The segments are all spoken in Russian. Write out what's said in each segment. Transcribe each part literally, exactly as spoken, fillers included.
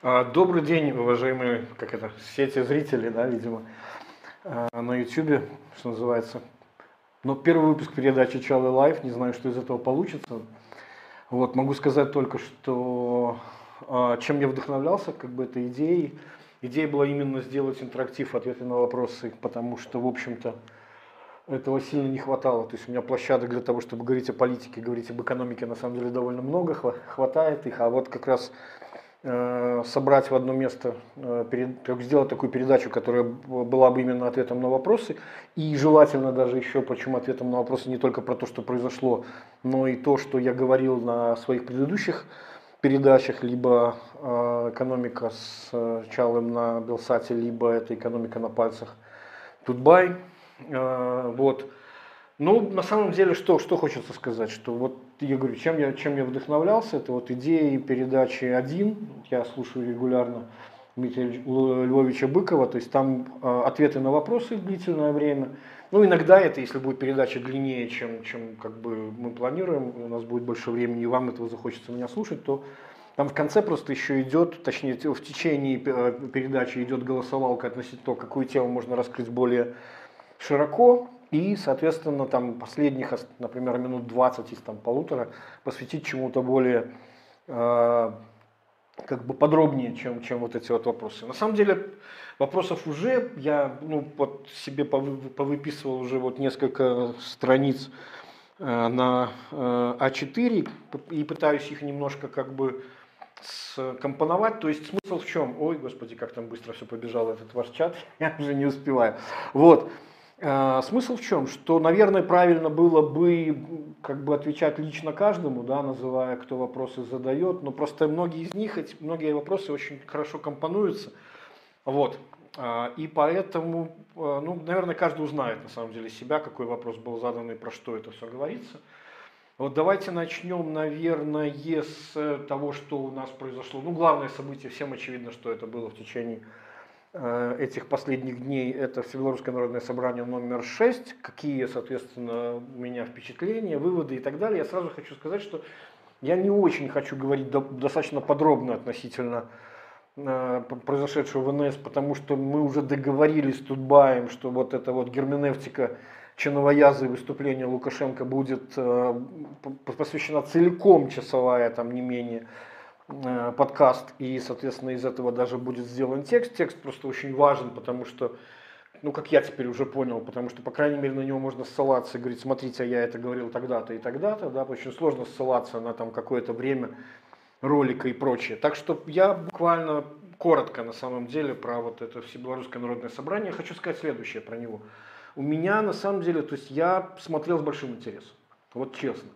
А, Добрый день, уважаемые, как это, сети зрители, да, видимо, а, на YouTube, что называется. Но первый выпуск передачи Чалы Лайф, не знаю, что из этого получится. Вот, могу сказать только, что а, чем я вдохновлялся, как бы этой идеей. Идея была именно сделать интерактив, ответы на вопросы, потому что, в общем-то, этого сильно не хватало. То есть у меня площадок для того, чтобы говорить о политике, говорить об экономике, на самом деле довольно много, хва- хватает их. А вот как раз э, собрать в одно место, э, перед- как сделать такую передачу, которая б- была бы именно ответом на вопросы, и желательно даже еще, почему ответом на вопросы не только про то, что произошло, но и то, что я говорил на своих предыдущих передачах, либо э, экономика с э, Чалым на Белсате, либо это экономика на пальцах Тутбай. Э, вот. Ну, на самом деле, что, что хочется сказать, что вот я говорю, чем я, чем я вдохновлялся, это вот идеи передачи один, я слушаю регулярно Дмитрия Львовича Быкова, то есть там э, ответы на вопросы длительное время. Ну, иногда это, если будет передача длиннее, чем, чем как бы мы планируем, у нас будет больше времени, и вам этого захочется меня слушать, то там в конце просто еще идет, точнее в течение передачи идет голосовалка относительно того, какую тему можно раскрыть более широко, и, соответственно, там последних, например, минут двадцать из там полутора посвятить чему-то более э, как бы подробнее, чем, чем вот эти вот вопросы. На самом деле вопросов уже, я ну, вот себе повы, повыписывал уже вот несколько страниц э, на э, а четыре и пытаюсь их немножко как бы скомпоновать. То есть смысл в чем? Ой, господи, как там быстро все побежало, этот ваш чат, я уже не успеваю. Вот. Э, Смысл в чем? Что, наверное, правильно было бы как бы отвечать лично каждому, да, называя, кто вопросы задает, но просто многие из них, эти, многие вопросы очень хорошо компонуются. Вот. Э, И поэтому, э, ну, наверное, каждый узнает на самом деле себя, какой вопрос был задан и про что это все говорится. Вот давайте начнем, наверное, с того, что у нас произошло. Ну, главное событие, всем очевидно, что это было в течение э, этих последних дней. Это Всебелорусское народное собрание номер шесть. Какие, соответственно, у меня впечатления, выводы и так далее. Я сразу хочу сказать, что я не очень хочу говорить до, достаточно подробно относительно э, произошедшего в эн эс, потому что мы уже договорились с Тутбаем, что вот эта вот герменевтика чиновоязы выступление Лукашенко будет э, посвящена целиком часовая, там не менее, э, подкаст, и, соответственно, из этого даже будет сделан текст. Текст просто очень важен, потому что, ну, как я теперь уже понял, потому что, по крайней мере, на него можно ссылаться и говорить, смотрите, я это говорил тогда-то и тогда-то, да, очень сложно ссылаться на там какое-то время ролика и прочее. Так что я буквально коротко, на самом деле, про вот это Всебелорусское народное собрание хочу сказать следующее про него. У меня на самом деле, то есть я смотрел с большим интересом, вот честно.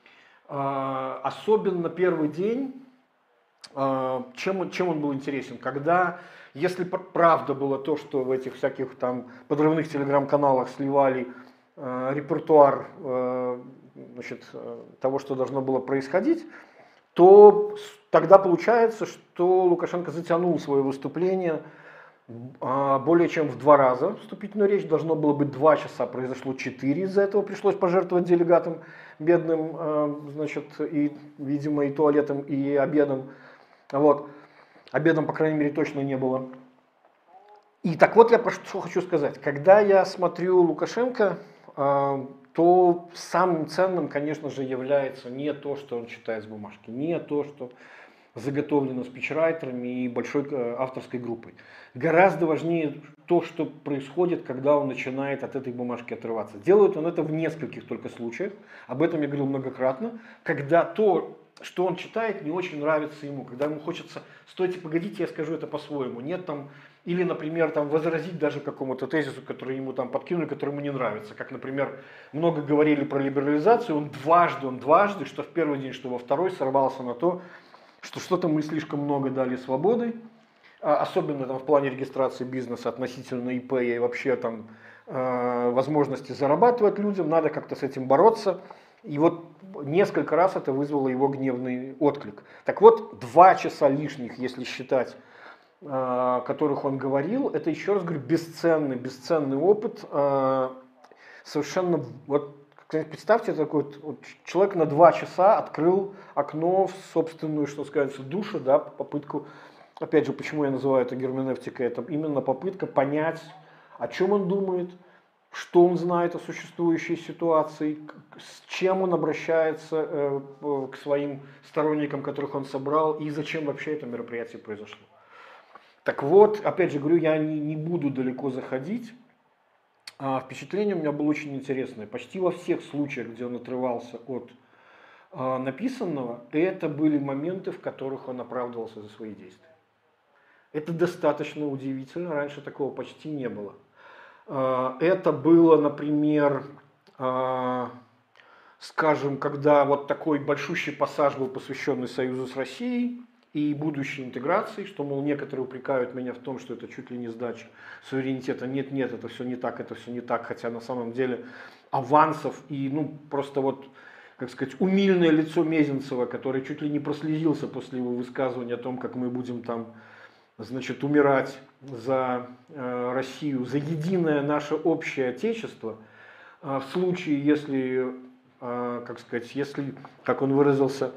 А, особенно первый день, а, чем, он, чем он был интересен, когда, если правда было то, что в этих всяких там подрывных телеграм-каналах сливали а, репертуар а, значит, того, что должно было происходить, то тогда получается, что Лукашенко затянул свое выступление более чем в два раза. Вступительную речь должно было быть два часа, произошло четыре, из-за этого пришлось пожертвовать делегатам бедным, значит, и, видимо, и туалетом, и обедом. Вот. Обедом, по крайней мере, точно не было. И так вот я про что хочу сказать. Когда я смотрю Лукашенко, то самым ценным, конечно же, является не то, что он читает с бумажки, не то, что заготовлено спичрайтерами и большой авторской группой. Гораздо важнее то, что происходит, когда он начинает от этой бумажки отрываться. Делает он это в нескольких только случаях, об этом я говорил многократно, когда то, что он читает, не очень нравится ему, когда ему хочется, стойте, погодите, я скажу это по-своему, нет там, или, например, там возразить даже какому-то тезису, который ему там подкинули, который ему не нравится. Как, например, много говорили про либерализацию, он дважды, он дважды, что в первый день, что во второй, сорвался на то, что что-то мы слишком много дали свободы, особенно там в плане регистрации бизнеса относительно ИП и вообще там э, возможности зарабатывать людям, надо как-то с этим бороться. И вот несколько раз это вызвало его гневный отклик. Так вот, два часа лишних, если считать, э, о которых он говорил, это, еще раз говорю, бесценный, бесценный опыт. Э, совершенно, вот, представьте, такой вот, вот человек на два часа открыл окно в собственную, что сказать, душу, да, попытку опять же, почему я называю это герменевтикой, это именно попытка понять, о чем он думает, что он знает о существующей ситуации, с чем он обращается э, к своим сторонникам, которых он собрал, и зачем вообще это мероприятие произошло. Так вот, опять же говорю, я не, не буду далеко заходить. А впечатление у меня было очень интересное. Почти во всех случаях, где он отрывался от а, написанного, это были моменты, в которых он оправдывался за свои действия. Это достаточно удивительно, раньше такого почти не было. А, это было, например, а, скажем, когда вот такой большущий пассаж был посвященный союзу с Россией и будущей интеграции, что, мол, некоторые упрекают меня в том, что это чуть ли не сдача суверенитета. Нет, нет, это все не так, это все не так, хотя на самом деле авансов и, ну, просто вот, как сказать, умильное лицо Мезенцева, который чуть ли не прослезился после его высказывания о том, как мы будем там, значит, умирать за э, Россию, за единое наше общее отечество, э, в случае, если, э, как сказать, если, как он выразился,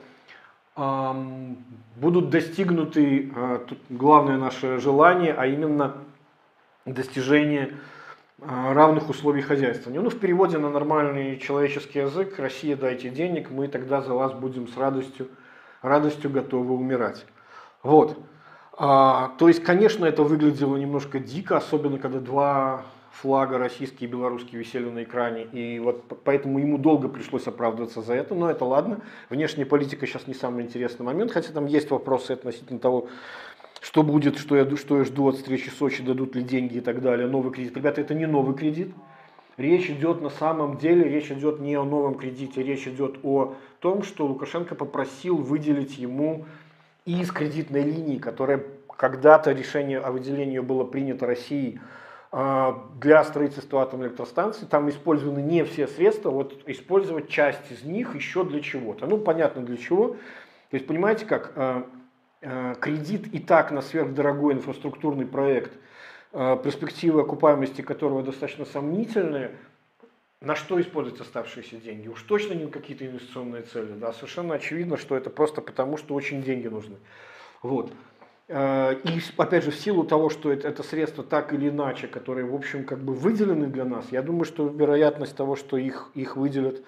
будут достигнуты главное наше желание, а именно достижение равных условий хозяйствования. Ну, в переводе на нормальный человеческий язык: Россия, дайте денег, мы тогда за вас будем с радостью, радостью готовы умирать. Вот. А, то есть, конечно, это выглядело немножко дико, особенно когда два флага, российский и белорусский, висели на экране, и вот поэтому ему долго пришлось оправдываться за это, но это ладно. Внешняя политика сейчас не самый интересный момент, хотя там есть вопросы относительно того, что будет, что я, что я жду от встречи в Сочи, дадут ли деньги и так далее. Новый кредит. Ребята, это не новый кредит. Речь идет на самом деле, речь идет не о новом кредите, речь идет о том, что Лукашенко попросил выделить ему из кредитной линии, которая когда-то решение о выделении было принято Россией для строительства атомной электростанции, там использованы не все средства, вот использовать часть из них еще для чего-то. Ну, понятно для чего. То есть, понимаете, как кредит и так на сверхдорогой инфраструктурный проект, перспективы окупаемости которого достаточно сомнительные, на что использовать оставшиеся деньги? Уж точно не на какие-то инвестиционные цели. Да? Совершенно очевидно, что это просто потому, что очень деньги нужны. Вот. И опять же, в силу того, что это, это средства так или иначе, которые, в общем, как бы выделены для нас, я думаю, что вероятность того, что их, их выделят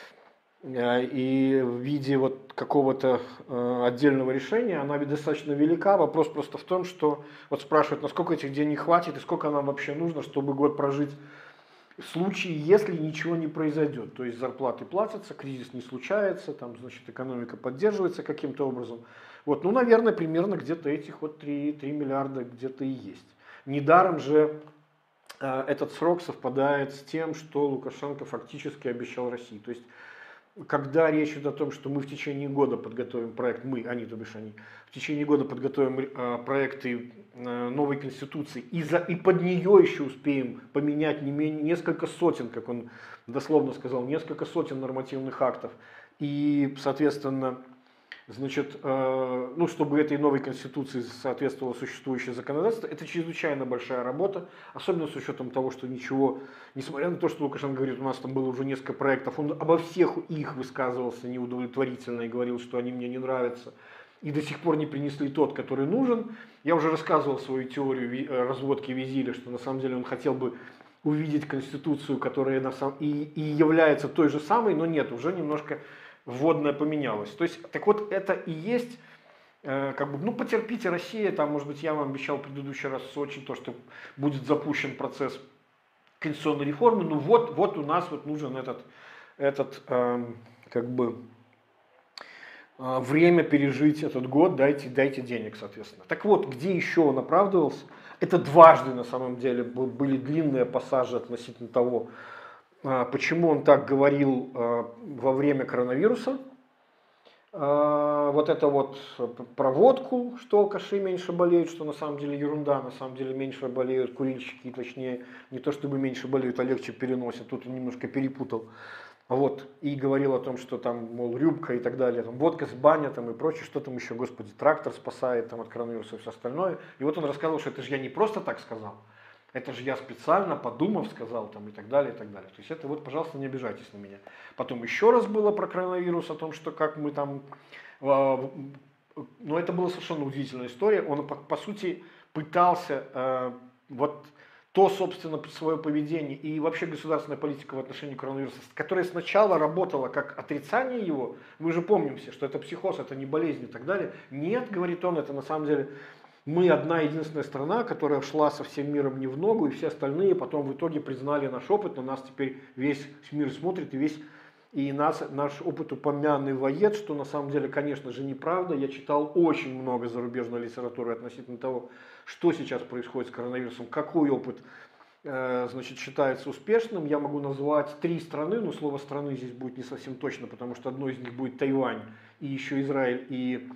и в виде вот какого-то отдельного решения, она достаточно велика. Вопрос просто в том, что вот спрашивают, насколько этих денег хватит и сколько нам вообще нужно, чтобы год прожить в случае, если ничего не произойдет. То есть зарплаты платятся, кризис не случается, там, значит, экономика поддерживается каким-то образом. Вот, ну, наверное, примерно где-то этих вот три, три миллиарда где-то и есть. Недаром же э, этот срок совпадает с тем, что Лукашенко фактически обещал России. То есть, когда речь идет о том, что мы в течение года подготовим проект, мы, они, то бишь они, в течение года подготовим э, проекты э, новой Конституции и, за, и под нее еще успеем поменять не менее, несколько сотен, как он дословно сказал, несколько сотен нормативных актов, и, соответственно, значит, э, ну, чтобы этой новой Конституции соответствовало существующее законодательство, это чрезвычайно большая работа, особенно с учетом того, что ничего, несмотря на то, что Лукашенко говорит, у нас там было уже несколько проектов, он обо всех их высказывался неудовлетворительно и говорил, что они мне не нравятся, и до сих пор не принесли тот, который нужен. Я уже рассказывал свою теорию разводки Визиля, что на самом деле он хотел бы увидеть Конституцию, которая на самом... и, и является той же самой, но нет, уже немножко вводное поменялось. То есть, так вот, это и есть, э, как бы, ну, потерпите, Россия, там, может быть, я вам обещал в предыдущий раз в Сочи, то, что будет запущен процесс конституционной реформы, ну, вот, вот у нас вот нужен этот, этот э, как бы, э, время пережить этот год, дайте, дайте денег, соответственно. Так вот, где еще он оправдывался? Это дважды, на самом деле, были длинные пассажи относительно того, почему он так говорил во время коронавируса. Вот это вот про водку, что алкаши меньше болеют, что на самом деле ерунда, на самом деле меньше болеют курильщики, точнее, не то чтобы меньше болеют, а легче переносят, тут он немножко перепутал. Вот, и говорил о том, что там, мол, рюмка и так далее, там, водка с баня там, и прочее, что там еще, господи, трактор спасает там, от коронавируса и все остальное. И вот он рассказывал, что это же я не просто так сказал, это же я специально подумав сказал там, и так далее, и так далее. То есть это вот, пожалуйста, не обижайтесь на меня. Потом еще раз было про коронавирус, о том, что как мы там но это была совершенно удивительная история. Он, по, по сути, пытался э, вот то, собственно, свое поведение и вообще государственная политика в отношении коронавируса, которая сначала работала как отрицание его, мы же помним все, что это психоз, это не болезнь и так далее. Нет, говорит он, это на самом деле мы одна единственная страна, которая шла со всем миром не в ногу, и все остальные потом в итоге признали наш опыт, на нас теперь весь мир смотрит, и весь и нас, наш опыт упомянывает, что на самом деле, конечно же, неправда. Я читал очень много зарубежной литературы относительно того, что сейчас происходит с коронавирусом, какой опыт э, значит, считается успешным. Я могу назвать три страны, но слово страны здесь будет не совсем точно, потому что одной из них будет Тайвань, и еще Израиль и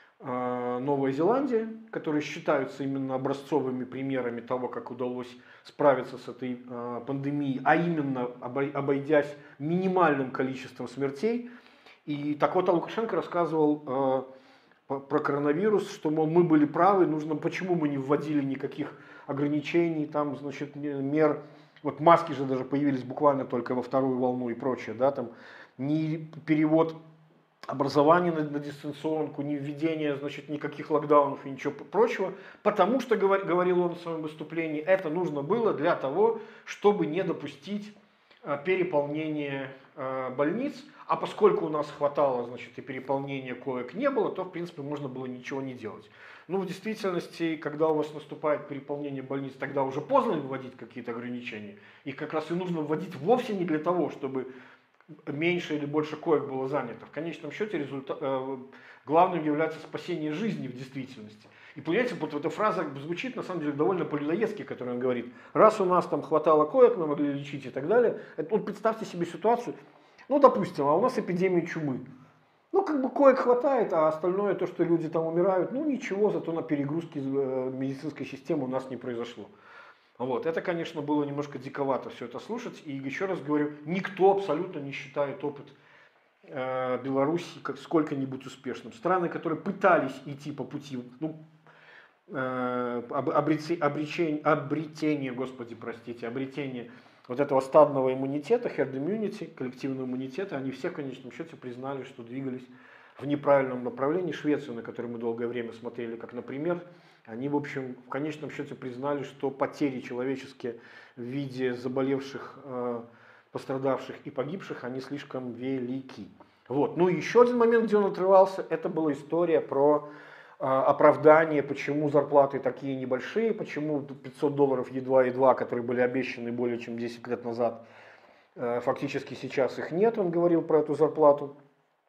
э, Новая Зеландия, которые считаются именно образцовыми примерами того, как удалось справиться с этой э, пандемией, а именно обойдясь минимальным количеством смертей. И так вот Лукашенко рассказывал э, про коронавирус, что, мол, мы были правы, нужно, почему мы не вводили никаких ограничений, там, значит, мер, вот маски же даже появились буквально только во вторую волну и прочее, да, там, ни перевод образования на, на дистанционку, ни введение, значит, никаких локдаунов и ничего прочего, потому что, говорил он в своем выступлении, это нужно было для того, чтобы не допустить переполнения больниц, а поскольку у нас хватало, значит, и переполнения коек не было, то, в принципе, можно было ничего не делать. Ну, в действительности, когда у вас наступает переполнение больниц, тогда уже поздно вводить какие-то ограничения. Их как раз и нужно вводить вовсе не для того, чтобы меньше или больше коек было занято. В конечном счете результат, э, главным является спасение жизни в действительности. И понимаете, вот эта фраза звучит на самом деле довольно по-людоедски, которую он говорит. Раз у нас там хватало коек, мы могли лечить и так далее. Это, вот представьте себе ситуацию, ну допустим, а у нас эпидемия чумы. Ну как бы коек хватает, а остальное, то, что люди там умирают, ну ничего, зато на перегрузке медицинской системы у нас не произошло. Вот. Это, конечно, было немножко диковато все это слушать. И еще раз говорю, никто абсолютно не считает опыт э, Беларуси как сколько-нибудь успешным. Страны, которые пытались идти по пути, ну, э, обречения, обречения, обретения, господи, простите, обретения вот этого стадного иммунитета, herd immunity, коллективного иммунитета, они все в конечном счете признали, что двигались в неправильном направлении. Швецию, на которую мы долгое время смотрели, как, например, они, в общем, в конечном счете признали, что потери человеческие в виде заболевших, э, пострадавших и погибших, они слишком велики. Вот. Ну и еще один момент, где он отрывался, это была история про э, оправдание, почему зарплаты такие небольшие, почему пятьсот долларов едва-едва, которые были обещаны более чем десять лет назад, э, фактически сейчас их нет, он говорил про эту зарплату.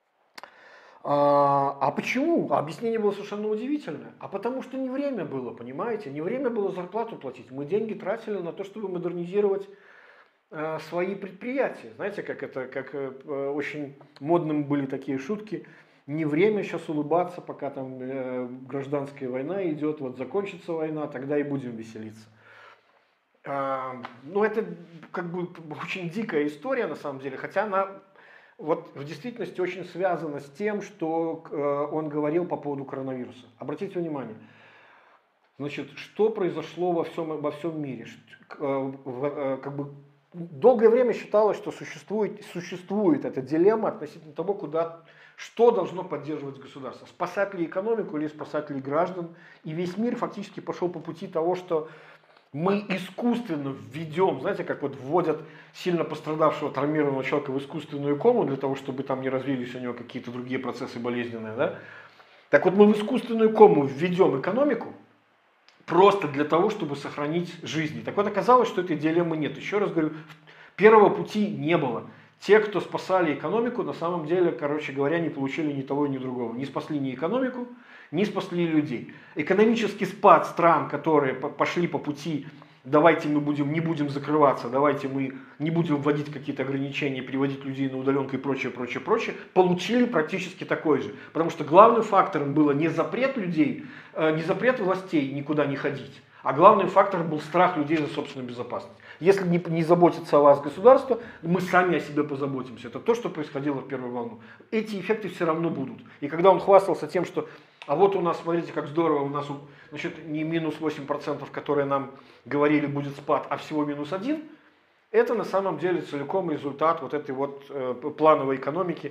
А, а почему? Объяснение было совершенно удивительное. А потому что не время было, понимаете? Не время было зарплату платить. Мы деньги тратили на то, чтобы модернизировать э, свои предприятия. Знаете, как это, как э, очень модным были такие шутки. Не время сейчас улыбаться, пока там э, гражданская война идет. Вот закончится война, тогда и будем веселиться. Э, ну, это как бы очень дикая история на самом деле, хотя она... Вот в действительности очень связано с тем, что э, он говорил по поводу коронавируса. Обратите внимание, значит, что произошло во всем, во всем мире. Э, э, как бы, долгое время считалось, что существует, существует эта дилемма относительно того, куда, что должно поддерживать государство. Спасать ли экономику или спасать ли граждан. И весь мир фактически пошел по пути того, что мы искусственно введем, знаете, как вот вводят сильно пострадавшего, травмированного человека в искусственную кому для того, чтобы там не развились у него какие-то другие процессы болезненные, да? Так вот мы в искусственную кому введем экономику просто для того, чтобы сохранить жизни. Так вот оказалось, что этой дилеммы нет. Еще раз говорю, первого пути не было. Те, кто спасали экономику, на самом деле, короче говоря, не получили ни того, ни другого. Не спасли ни экономику, не спасли людей. Экономический спад стран, которые пошли по пути, давайте мы будем, не будем закрываться, давайте мы не будем вводить какие-то ограничения, переводить людей на удаленку и прочее, прочее, прочее, получили практически такой же. Потому что главным фактором было не запрет людей, не запрет властей никуда не ходить, а главным фактором был страх людей за собственную безопасность. Если не, не заботится о вас государство, мы сами о себе позаботимся. Это то, что происходило в первую волну. Эти эффекты все равно будут. И когда он хвастался тем, что а вот у нас, смотрите, как здорово, у нас значит, не минус восемь процентов, которые нам говорили будет спад, а всего минус один, это на самом деле целиком результат вот этой вот э, плановой экономики,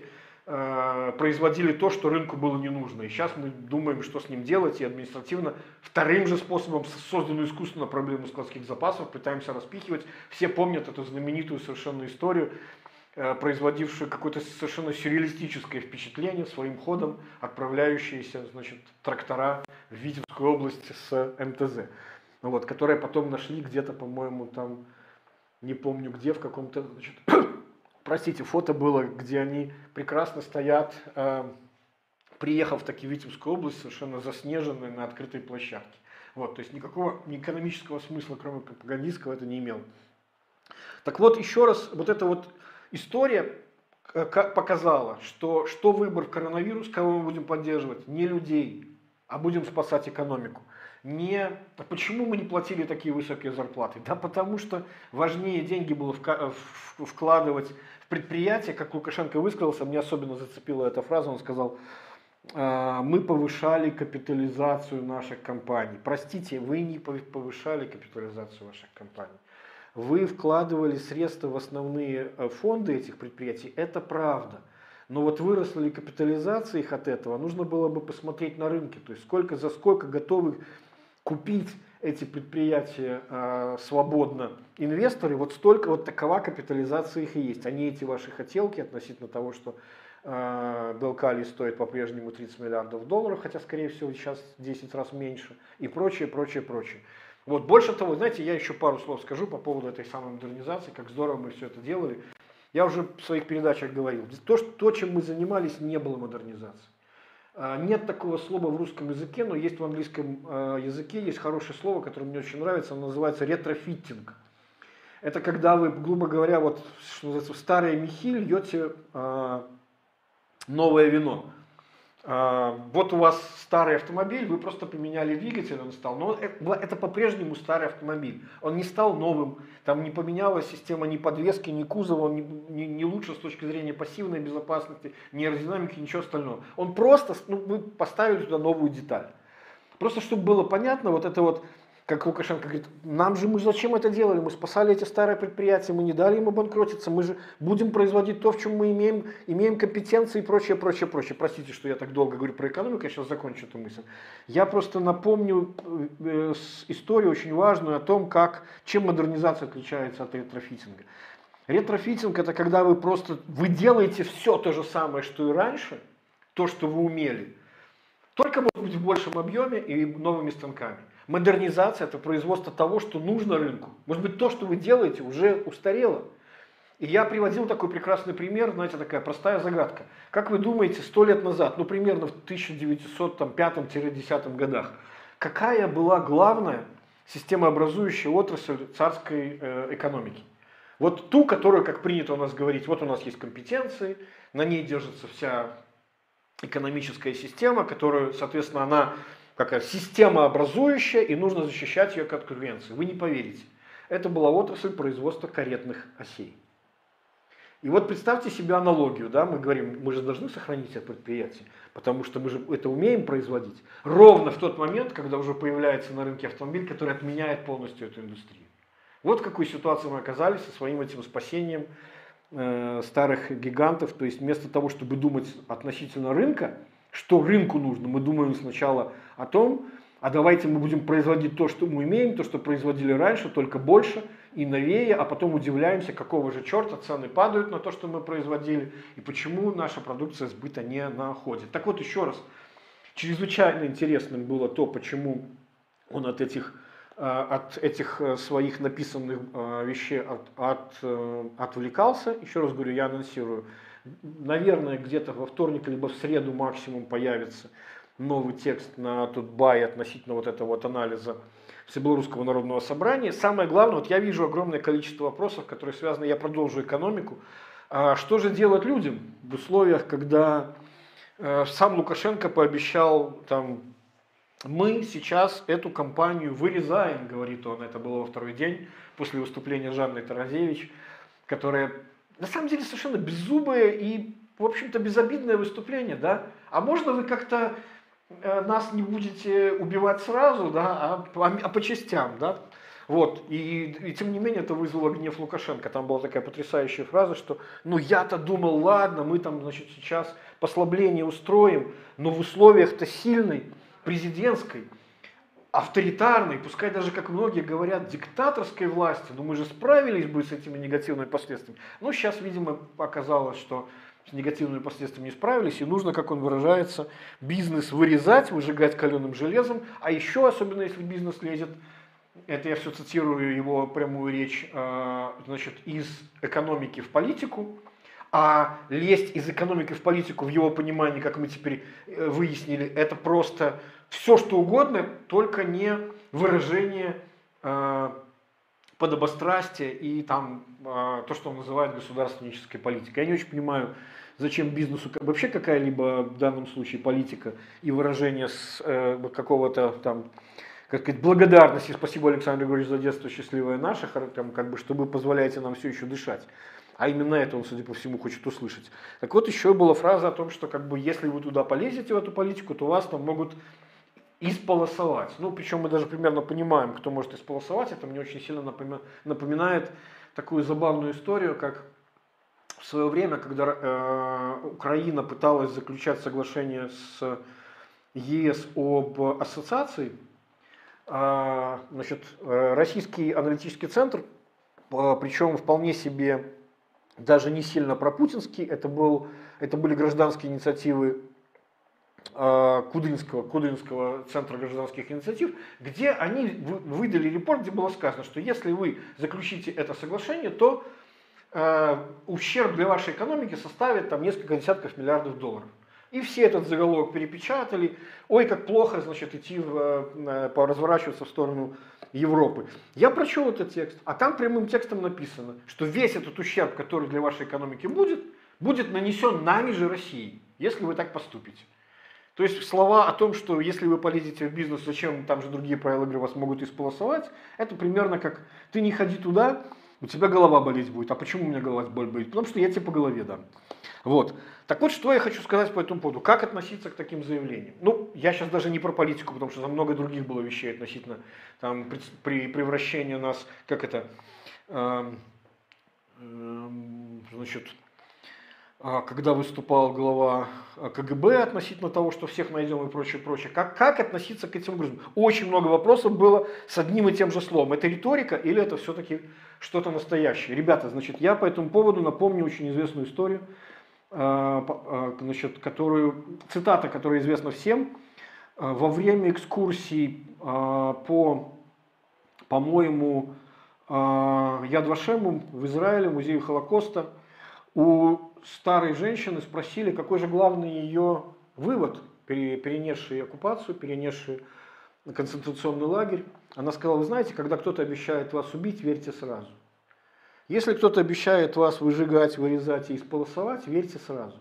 э, производили то, что рынку было не нужно. И сейчас мы думаем, что с ним делать, и административно вторым же способом созданную искусственно проблему складских запасов пытаемся распихивать. Все помнят эту знаменитую совершенно историю, э, производившую какое-то совершенно сюрреалистическое впечатление своим ходом, отправляющиеся, значит, трактора в Витебскую область с эм тэ зэ. Вот, которые потом нашли где-то, по-моему, там, не помню где, в каком-то, значит, простите, фото было, где они прекрасно стоят, э, приехав таки в Витебскую область, совершенно заснеженные на открытой площадке. Вот, то есть никакого ни экономического смысла, кроме пропагандистского, это не имело. Так вот, еще раз, вот эта вот история показала, что, что выбор в коронавирус, кого мы будем поддерживать, не людей, а будем спасать экономику. Не, почему мы не платили такие высокие зарплаты? Да потому что важнее деньги было вкладывать в предприятия, как Лукашенко высказался, мне особенно зацепила эта фраза, он сказал, мы повышали капитализацию наших компаний. Простите, вы не повышали капитализацию ваших компаний. Вы вкладывали средства в основные фонды этих предприятий, это правда. Но вот выросла ли капитализация их от этого, нужно было бы посмотреть на рынке, то есть сколько, за сколько готовы купить эти предприятия э, свободно инвесторы, вот столько, вот такова капитализация их и есть. А не эти ваши хотелки относительно того, что э, Белкалий стоит по-прежнему тридцать миллиардов долларов, хотя, скорее всего, сейчас в десять раз меньше, и прочее, прочее, прочее. Вот, больше того, знаете, я еще пару слов скажу по поводу этой самой модернизации, как здорово мы все это делали. Я уже в своих передачах говорил, то, что, то чем мы занимались, не было модернизации. Нет такого слова в русском языке, но есть в английском языке, есть хорошее слово, которое мне очень нравится, оно называется ретрофиттинг. Это когда вы, грубо говоря, вот, что называется, в старые мехи льете новое вино. Вот у вас старый автомобиль, вы просто поменяли двигатель, он стал, но это по-прежнему старый автомобиль, он не стал новым, там не поменялась система ни подвески, ни кузова, он не, не, не лучше с точки зрения пассивной безопасности, ни аэродинамики, ничего остального. Он просто, ну, мы поставили туда новую деталь. Просто чтобы было понятно, вот это вот, как Лукашенко говорит, нам же, мы зачем это делали, мы спасали эти старые предприятия, мы не дали им обанкротиться, мы же будем производить то, в чем мы имеем, имеем компетенции и прочее, прочее, прочее. Простите, что я так долго говорю про экономику, я сейчас закончу эту мысль. Я просто напомню э, историю очень важную о том, как, чем модернизация отличается от ретрофитинга. Ретрофитинг — это когда вы просто, вы делаете все то же самое, что и раньше, то, что вы умели, только, может быть, в большем объеме и новыми станками. Модернизация — это производство того, что нужно рынку. Может быть, то, что вы делаете, уже устарело. И я приводил такой прекрасный пример, знаете, такая простая загадка. Как вы думаете, сто лет назад, ну примерно в тысяча девятьсот пятом — десятом годах, какая была главная системообразующая отрасль царской э, экономики? Вот ту, которую, как принято у нас говорить, вот у нас есть компетенции, на ней держится вся экономическая система, которую, соответственно, она какая система образующая, и нужно защищать ее от конкуренции. Вы не поверите. Это была отрасль производства каретных осей. И вот представьте себе аналогию, да, мы говорим, мы же должны сохранить это предприятие, потому что мы же это умеем производить. Ровно в тот момент, когда уже появляется на рынке автомобиль, который отменяет полностью эту индустрию. Вот в какой ситуации мы оказались со своим этим спасением э, старых гигантов. То есть вместо того, чтобы думать относительно рынка, что рынку нужно, мы думаем сначала о том, а давайте мы будем производить то, что мы имеем, то, что производили раньше, только больше и новее, а потом удивляемся, какого же черта цены падают на то, что мы производили, и почему наша продукция сбыта не находит. Так вот, еще раз, чрезвычайно интересным было то, почему он от этих, от этих своих написанных вещей от, от, отвлекался. Еще раз говорю, я анонсирую, наверное, где-то во вторник либо в среду максимум появится новый текст на Тутбай относительно вот этого вот анализа Всебелорусского народного собрания. Самое главное, вот я вижу огромное количество вопросов, которые связаны, я продолжу экономику. А что же делать людям в условиях, когда э, сам Лукашенко пообещал, там, мы сейчас эту кампанию вырезаем, говорит он, это было во второй день после выступления Жанны Таразевич, которая на самом деле совершенно беззубое и, в общем-то, безобидное выступление, да? А можно вы как-то нас не будете убивать сразу, да, а, а по частям, да? Вот, и, и тем не менее это вызвало гнев Лукашенко. Там была такая потрясающая фраза, что ну я-то думал, ладно, мы там, значит, сейчас послабление устроим, но в условиях-то сильной, президентской, авторитарной, пускай даже, как многие говорят, диктаторской власти, но мы же справились бы с этими негативными последствиями. Но сейчас, видимо, оказалось, что с негативными последствиями не справились, и нужно, как он выражается, бизнес вырезать, выжигать каленым железом, а еще, особенно если бизнес лезет, это я все цитирую его прямую речь, значит, из экономики в политику, а лезть из экономики в политику, в его понимании, как мы теперь выяснили, это просто все что угодно, только не выражение подобострастия и там то, что он называет государственнической политикой. Я не очень понимаю, зачем бизнесу вообще какая-либо в данном случае политика и выражение с какого-то там, как сказать, благодарности, спасибо, Александр Григорьевич, за детство счастливое наше, там, как бы, что вы позволяете нам все еще дышать. А именно это он, судя по всему, хочет услышать. Так вот, еще была фраза о том, что как бы, если вы туда полезете, в эту политику, то вас там могут исполосовать. Ну, причем мы даже примерно понимаем, кто может исполосовать. Это мне очень сильно напоминает такую забавную историю, как в свое время, когда э, Украина пыталась заключать соглашение с ЕС об ассоциации, значит, российский аналитический центр, причем вполне себе даже не сильно пропутинский, это, был, это были гражданские инициативы Кудринского, Кудринского центра гражданских инициатив, где они выдали репорт, где было сказано, что если вы заключите это соглашение, то э, ущерб для вашей экономики составит там, несколько десятков миллиардов долларов. И все этот заголовок перепечатали. Ой, как плохо, значит, идти, в, разворачиваться в сторону Европы. Я прочел этот текст, а там прямым текстом написано, что весь этот ущерб, который для вашей экономики будет, будет нанесен нами же Россией, если вы так поступите. То есть слова о том, что если вы полезете в бизнес, зачем там же другие правила игры вас могут исполосовать, это примерно как ты не ходи туда, у тебя голова болеть будет. А почему у меня голова болит? Потому что я тебе по голове дам. Вот. Так вот, что я хочу сказать по этому поводу. Как относиться к таким заявлениям? Ну, я сейчас даже не про политику, потому что там много других было вещей относительно там, при, при превращении нас, как это, э, э, значит, когда выступал глава КГБ относительно того, что всех найдем и прочее, прочее. Как, как относиться к этим грузам? Очень много вопросов было с одним и тем же словом. Это риторика или это все-таки что-то настоящее? Ребята, значит, я по этому поводу напомню очень известную историю, значит, которую, цитата, которая известна всем. Во время экскурсий по, по-моему, Яд Вашему в Израиле, музею Холокоста, у старой женщины спросили, какой же главный ее вывод, перенесший оккупацию, перенесший концентрационный лагерь. Она сказала, вы знаете, когда кто-то обещает вас убить, верьте сразу. Если кто-то обещает вас выжигать, вырезать и исполосовать, верьте сразу.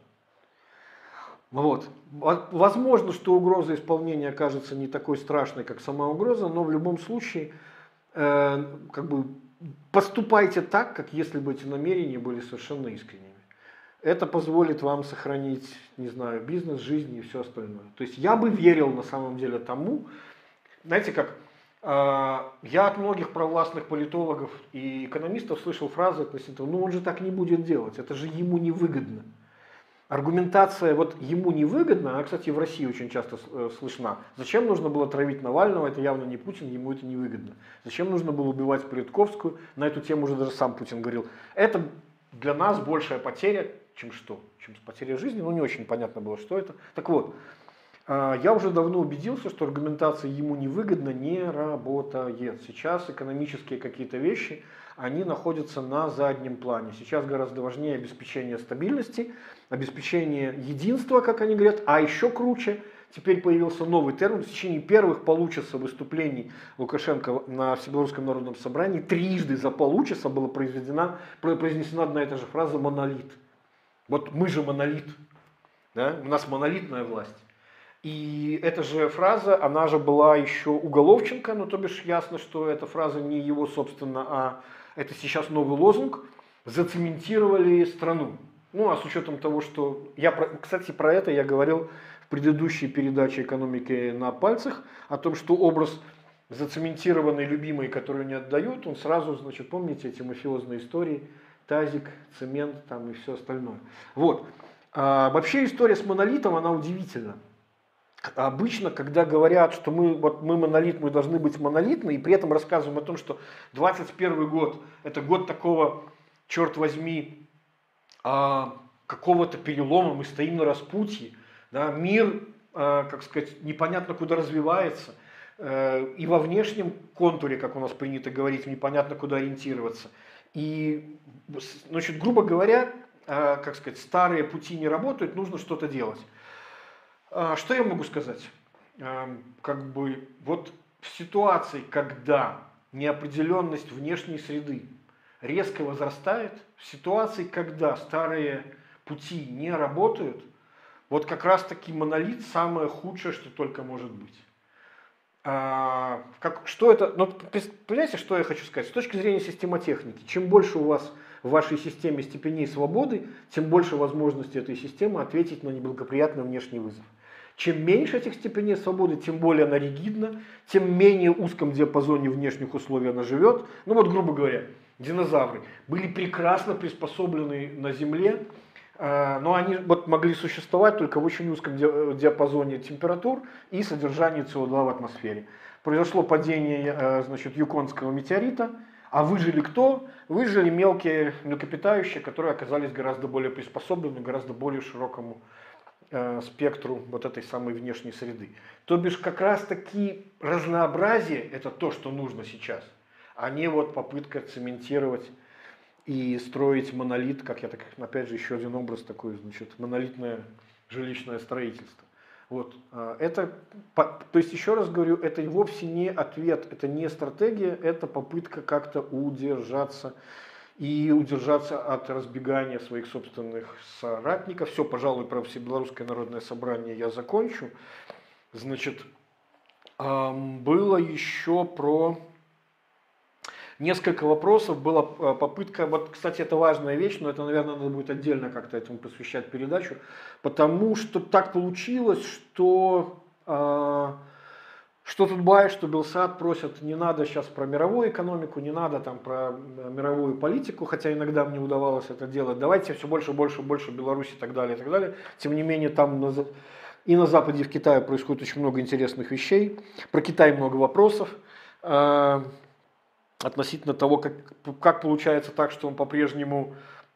Вот. Возможно, что угроза исполнения окажется не такой страшной, как сама угроза, но в любом случае э, как бы поступайте так, как если бы эти намерения были совершенно искренними. Это позволит вам сохранить, не знаю, бизнес, жизнь и все остальное. То есть я бы верил на самом деле тому, знаете как, э, я от многих провластных политологов и экономистов слышал фразы относительно, ну он же так не будет делать, это же ему невыгодно. Аргументация вот ему невыгодно, она, кстати, в России очень часто слышна. Зачем нужно было травить Навального, это явно не Путин, ему это невыгодно. Зачем нужно было убивать Политковскую, на эту тему уже даже сам Путин говорил. Это для нас большая потеря, чем что? Чем потеря жизни, ну не очень понятно было, что это. Так вот, я уже давно убедился, что аргументация ему невыгодно не работает. Сейчас экономические какие-то вещи, они находятся на заднем плане. Сейчас гораздо важнее обеспечение стабильности, обеспечение единства, как они говорят, а еще круче, теперь появился новый термин. В течение первых полчаса выступлений Лукашенко на Всебелорусском народном собрании трижды за полчаса была произведена, произнесена одна и та же фраза «монолит». Вот мы же монолит, да? У нас монолитная власть. И эта же фраза, она же была еще у Головченко, ну то бишь ясно, что эта фраза не его собственно, а это сейчас новый лозунг, зацементировали страну. Ну а с учетом того, что, я, кстати, про это я говорил в предыдущей передаче «Экономики на пальцах», о том, что образ зацементированный, любимый, который не отдают, он сразу, значит, помните эти мафиозные истории, тазик, цемент там и все остальное. Вот. А вообще история с монолитом, она удивительна. Обычно, когда говорят, что мы, вот мы монолит, мы должны быть монолитны, и при этом рассказываем о том, что двадцать первый год это год такого, черт возьми, а, какого-то перелома, мы стоим на распутье, да, мир, а, как сказать, непонятно куда развивается, а, и во внешнем контуре, как у нас принято говорить, непонятно куда ориентироваться. И, значит, грубо говоря, а, как сказать, старые пути не работают, нужно что-то делать. Что я могу сказать? Как бы вот в ситуации, когда неопределенность внешней среды резко возрастает, в ситуации, когда старые пути не работают, вот как раз таки монолит самое худшее, что только может быть. А, как, что это? Ну, понимаете, что я хочу сказать? С точки зрения системотехники, чем больше у вас в вашей системе степеней свободы, тем больше возможностей этой системы ответить на неблагоприятный внешний вызов. Чем меньше этих степеней свободы, тем более она ригидна, тем менее узком диапазоне внешних условий она живет. Ну вот, грубо говоря, динозавры были прекрасно приспособлены на Земле, но они вот могли существовать только в очень узком диапазоне температур и содержания С О два в атмосфере. Произошло падение, значит, Юконского метеорита, а выжили кто? Выжили мелкие млекопитающие, которые оказались гораздо более приспособлены, гораздо более широкому спектру вот этой самой внешней среды. То бишь как раз таки разнообразие это то, что нужно сейчас, а не вот попытка цементировать и строить монолит, как я так, опять же, еще один образ такой, значит, монолитное жилищное строительство. Вот, это, то есть еще раз говорю, это вовсе не ответ, это не стратегия, это попытка как-то удержаться и удержаться от разбегания своих собственных соратников. Все, пожалуй, про Всебелорусское народное собрание я закончу. Значит, было еще про несколько вопросов, была попытка, вот, кстати, это важная вещь, но это, наверное, надо будет отдельно как-то этому посвящать передачу, потому что так получилось, что... Что Тутбай, что Белсат просят, не надо сейчас про мировую экономику, не надо там про мировую политику, хотя иногда мне удавалось это делать. Давайте все больше, больше, больше Беларуси и так далее, и так далее. Тем не менее, там на, и на Западе, и в Китае происходит очень много интересных вещей. Про Китай много вопросов э, относительно того, как, как получается так, что он по-прежнему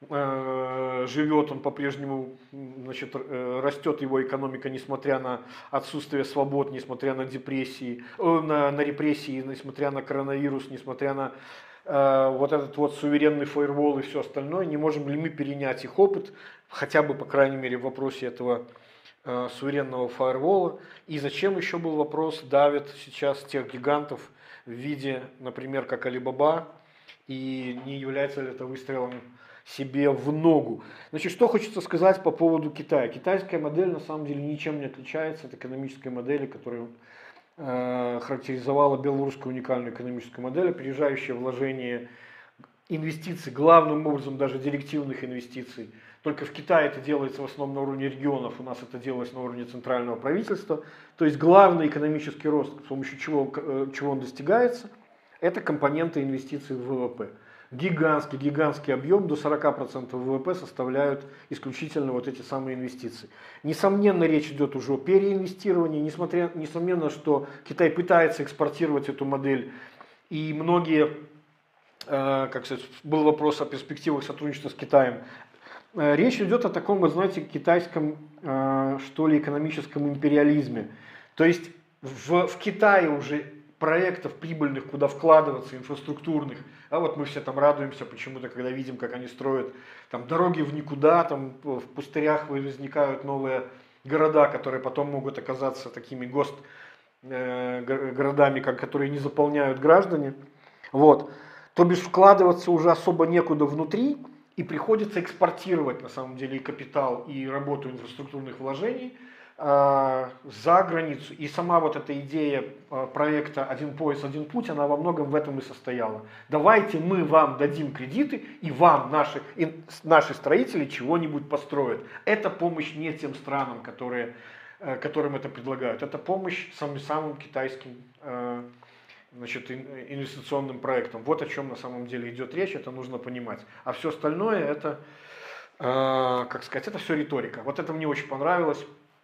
э, живет, он по-прежнему, значит, растет его экономика, несмотря на отсутствие свобод, несмотря на депрессии, э, на, на репрессии, несмотря на коронавирус, несмотря на э, вот этот вот суверенный фаервол и все остальное. Не можем ли мы перенять их опыт, хотя бы, по крайней мере, в вопросе этого э, суверенного фаервола? И зачем еще был вопрос, давит сейчас тех гигантов в виде, например, как Алибаба, и не является ли это выстрелом себе в ногу. Значит, что хочется сказать по поводу Китая. Китайская модель на самом деле ничем не отличается от экономической модели, которую э, характеризовала белорусская уникальная экономическая модель, опережающее вложение инвестиций, главным образом даже директивных инвестиций. Только в Китае это делается в основном на уровне регионов, у нас это делалось на уровне центрального правительства. То есть главный экономический рост, с помощью чего, чего он достигается, это компоненты инвестиций в вэ вэ пэ. Гигантский, гигантский объем, до сорока процентов вэ вэ пэ составляют исключительно вот эти самые инвестиции. Несомненно, речь идет уже о переинвестировании, несмотря, несомненно, что Китай пытается экспортировать эту модель, и многие, э, как сказать, был вопрос о перспективах сотрудничества с Китаем. Э, речь идет о таком, вы знаете, китайском, э, что ли, экономическом империализме. То есть в, в Китае уже проектов прибыльных, куда вкладываться, инфраструктурных. А вот мы все там радуемся почему-то, когда видим, как они строят там дороги в никуда, там в пустырях возникают новые города, которые потом могут оказаться такими гост э, городами, как, которые не заполняют граждане. Вот. То бишь вкладываться уже особо некуда внутри, и приходится экспортировать на самом деле и капитал, и работу инфраструктурных вложений за границу. И сама вот эта идея проекта «Один пояс, один путь», она во многом в этом и состояла. Давайте мы вам дадим кредиты, и вам, наши, и наши строители, чего-нибудь построят. Это помощь не тем странам, которые, которым это предлагают. Это помощь самым, самым китайским значит, инвестиционным проектом. Вот о чем на самом деле идет речь, это нужно понимать. А все остальное это, э, как сказать, это все риторика. Вот это мне очень понравилось.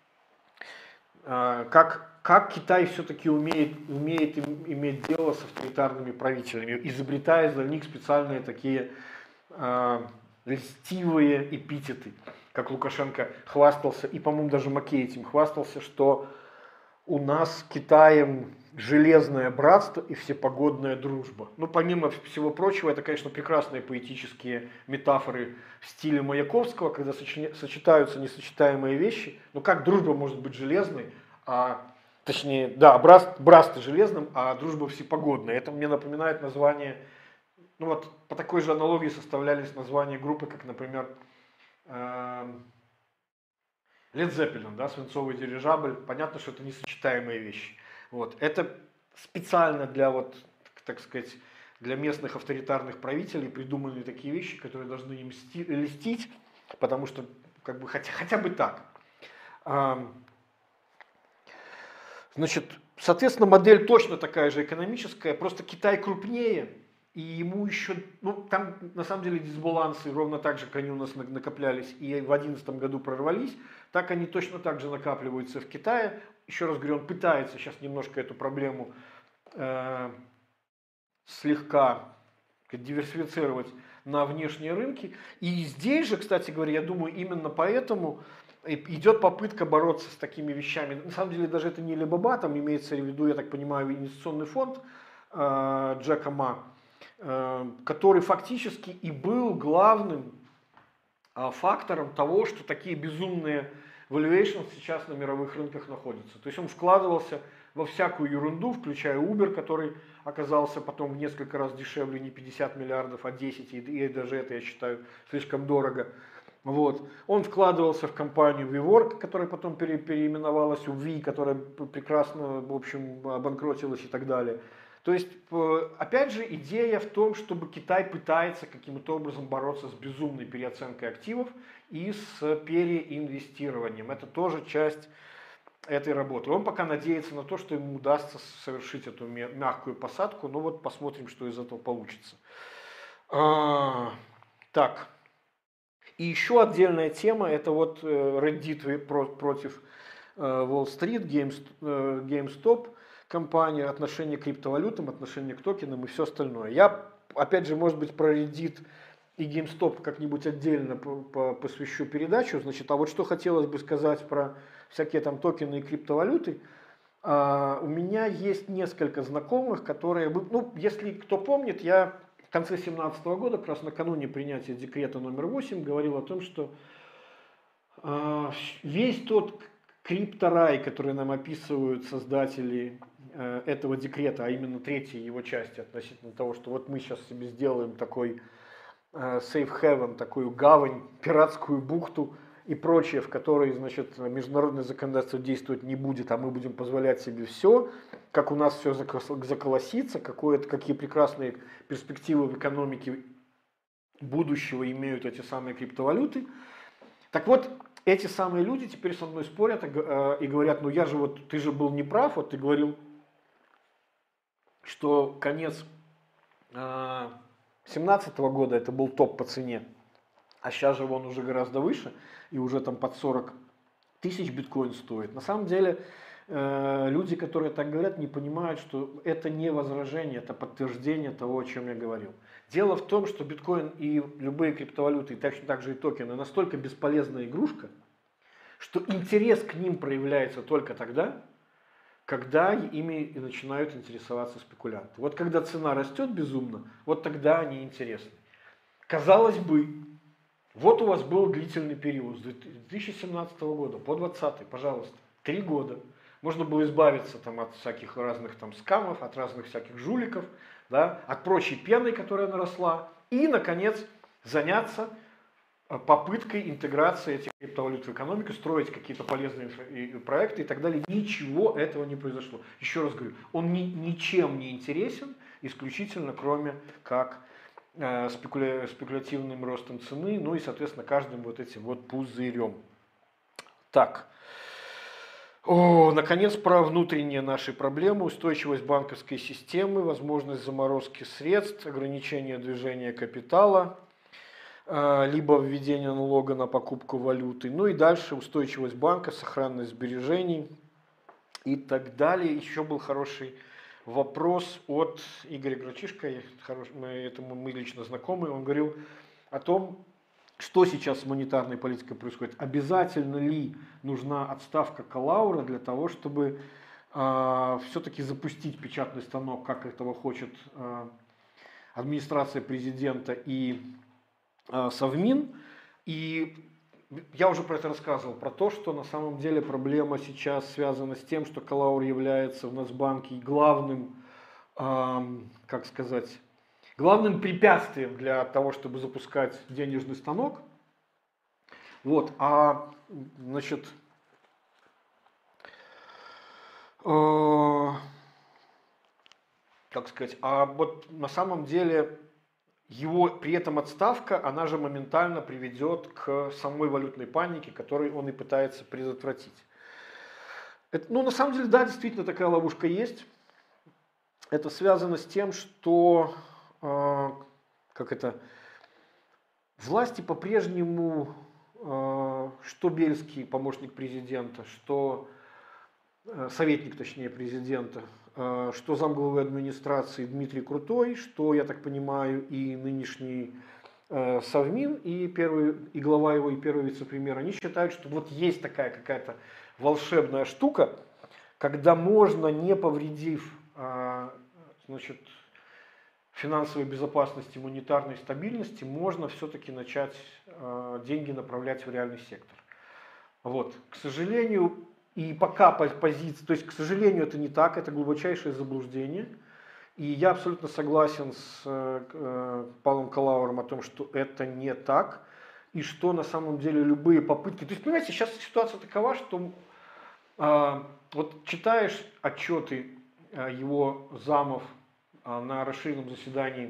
Э, как, как Китай все-таки умеет, умеет им, иметь дело с авторитарными правителями, изобретая для них специальные такие э, льстивые эпитеты. Как Лукашенко хвастался, и, по-моему, даже Маккей этим хвастался, что у нас с Китаем железное братство и всепогодная дружба. Ну, помимо всего прочего, это, конечно, прекрасные поэтические метафоры в стиле Маяковского, когда сочетаются несочетаемые вещи. Ну, как дружба может быть железной, а, точнее, да, братство, братство железным, а дружба всепогодная. Это мне напоминает название, ну вот по такой же аналогии составлялись названия группы, как, например, Led Zeppelin, да, свинцовый дирижабль. Понятно, что это несочетаемые вещи. Вот. Это специально для, вот, так сказать, для местных авторитарных правителей придуманы такие вещи, которые должны им льстить, потому что как бы, хотя, хотя бы так. Значит, соответственно, модель точно такая же экономическая, просто Китай крупнее, и ему еще, ну, там на самом деле дисбалансы ровно так же, как они у нас накоплялись и в две тысячи одиннадцатом году прорвались, так они точно так же накапливаются в Китае. Еще раз говорю, он пытается сейчас немножко эту проблему э, слегка диверсифицировать на внешние рынки. И здесь же, кстати говоря, я думаю, именно поэтому идет попытка бороться с такими вещами. На самом деле даже это не Alibaba, там имеется в виду, я так понимаю, инвестиционный фонд э, Джека Ма, который фактически и был главным фактором того, что такие безумные valuations сейчас на мировых рынках находятся. То есть он вкладывался во всякую ерунду, включая Uber, который оказался потом в несколько раз дешевле, не пятьдесят миллиардов, а десять, и даже это, я считаю, слишком дорого. Вот. Он вкладывался в компанию WeWork, которая потом пере, переименовалась в Ви, которая прекрасно, в общем, обанкротилась и так далее. То есть, опять же, идея в том, чтобы Китай пытается каким-то образом бороться с безумной переоценкой активов и с переинвестированием. Это тоже часть этой работы. Он пока надеется на то, что ему удастся совершить эту мягкую посадку. Ну вот посмотрим, что из этого получится. А, так. И еще отдельная тема, это вот Reddit против Wall Street, GameStop компания, отношение к криптовалютам, отношение к токенам и все остальное. Я, опять же, может быть, про Reddit и GameStop как-нибудь отдельно посвящу передачу. Значит, а вот что хотелось бы сказать про всякие там токены и криптовалюты. А, у меня есть несколько знакомых, которые, ну, если кто помнит, я в конце две тысячи семнадцатого года, как раз накануне принятия декрета номер восемь, говорил о том, что а, весь тот крипторай, который нам описывают создатели э, этого декрета, а именно третьей его части относительно того, что вот мы сейчас себе сделаем такой э, safe haven, такую гавань, пиратскую бухту и прочее, в которой, значит, международное законодательство действовать не будет, а мы будем позволять себе все, как у нас все заколосится, какие прекрасные перспективы в экономике будущего имеют эти самые криптовалюты. Так вот, эти самые люди теперь со мной спорят и говорят, ну я же вот, ты же был неправ, вот ты говорил, что конец две тысячи семнадцатого года это был топ по цене, а сейчас же он уже гораздо выше, и уже там под сорок тысяч биткоин стоит. На самом деле, люди, которые так говорят, не понимают, что это не возражение, это подтверждение того, о чем я говорил. Дело в том, что биткоин и любые криптовалюты, и точно так же и токены, настолько бесполезная игрушка, что интерес к ним проявляется только тогда, когда ими и начинают интересоваться спекулянты. Вот когда цена растет безумно, вот тогда они интересны. Казалось бы, вот у вас был длительный период с две тысячи семнадцатого года по двадцатый, пожалуйста, три года. Можно было избавиться там, от всяких разных там скамов, от разных всяких жуликов, да, от прочей пены, которая наросла, и, наконец, заняться попыткой интеграции этих криптовалют в экономику, строить какие-то полезные проекты и так далее. Ничего этого не произошло. Еще раз говорю, он ни, ничем не интересен, исключительно кроме как э, спекуля, спекулятивным ростом цены, ну и, соответственно, каждым вот этим вот пузырем. Так. О, наконец, про внутренние наши проблемы, устойчивость банковской системы, возможность заморозки средств, ограничение движения капитала, либо введение налога на покупку валюты. Ну и дальше устойчивость банка, сохранность сбережений и так далее. Еще был хороший вопрос от Игоря Грачишка, мы, этому мы лично знакомы. Он говорил о том, что сейчас с монетарной политикой происходит. Обязательно ли нужна отставка Калаура для того, чтобы э, все-таки запустить печатный станок, как этого хочет э, администрация президента и э, Совмин. И я уже про это рассказывал, про то, что на самом деле проблема сейчас связана с тем, что Калаур является в Нацбанке главным, э, как сказать, главным препятствием для того, чтобы запускать денежный станок. Вот, а, значит, э, как сказать, а вот на самом деле его при этом отставка, она же моментально приведет к самой валютной панике, которую он и пытается предотвратить. Это, ну, на самом деле, да, действительно такая ловушка есть. Это связано с тем, что как это, власти по-прежнему, что Бельский, помощник президента, что советник, точнее, президента, что замглавы администрации Дмитрий Крутой, что, я так понимаю, и нынешний Совмин, и, первый, и глава его, и первый вице-премьер, они считают, что вот есть такая какая-то волшебная штука, когда можно, не повредив, значит, финансовой безопасности, монетарной стабильности, можно все-таки начать э, деньги направлять в реальный сектор. Вот. К сожалению, и пока позиция, то есть, к сожалению, это не так, это глубочайшее заблуждение. И я абсолютно согласен с э, Павлом Калауром о том, что это не так, и что на самом деле любые попытки... То есть, понимаете, сейчас ситуация такова, что э, вот читаешь отчеты э, его замов на расширенном заседании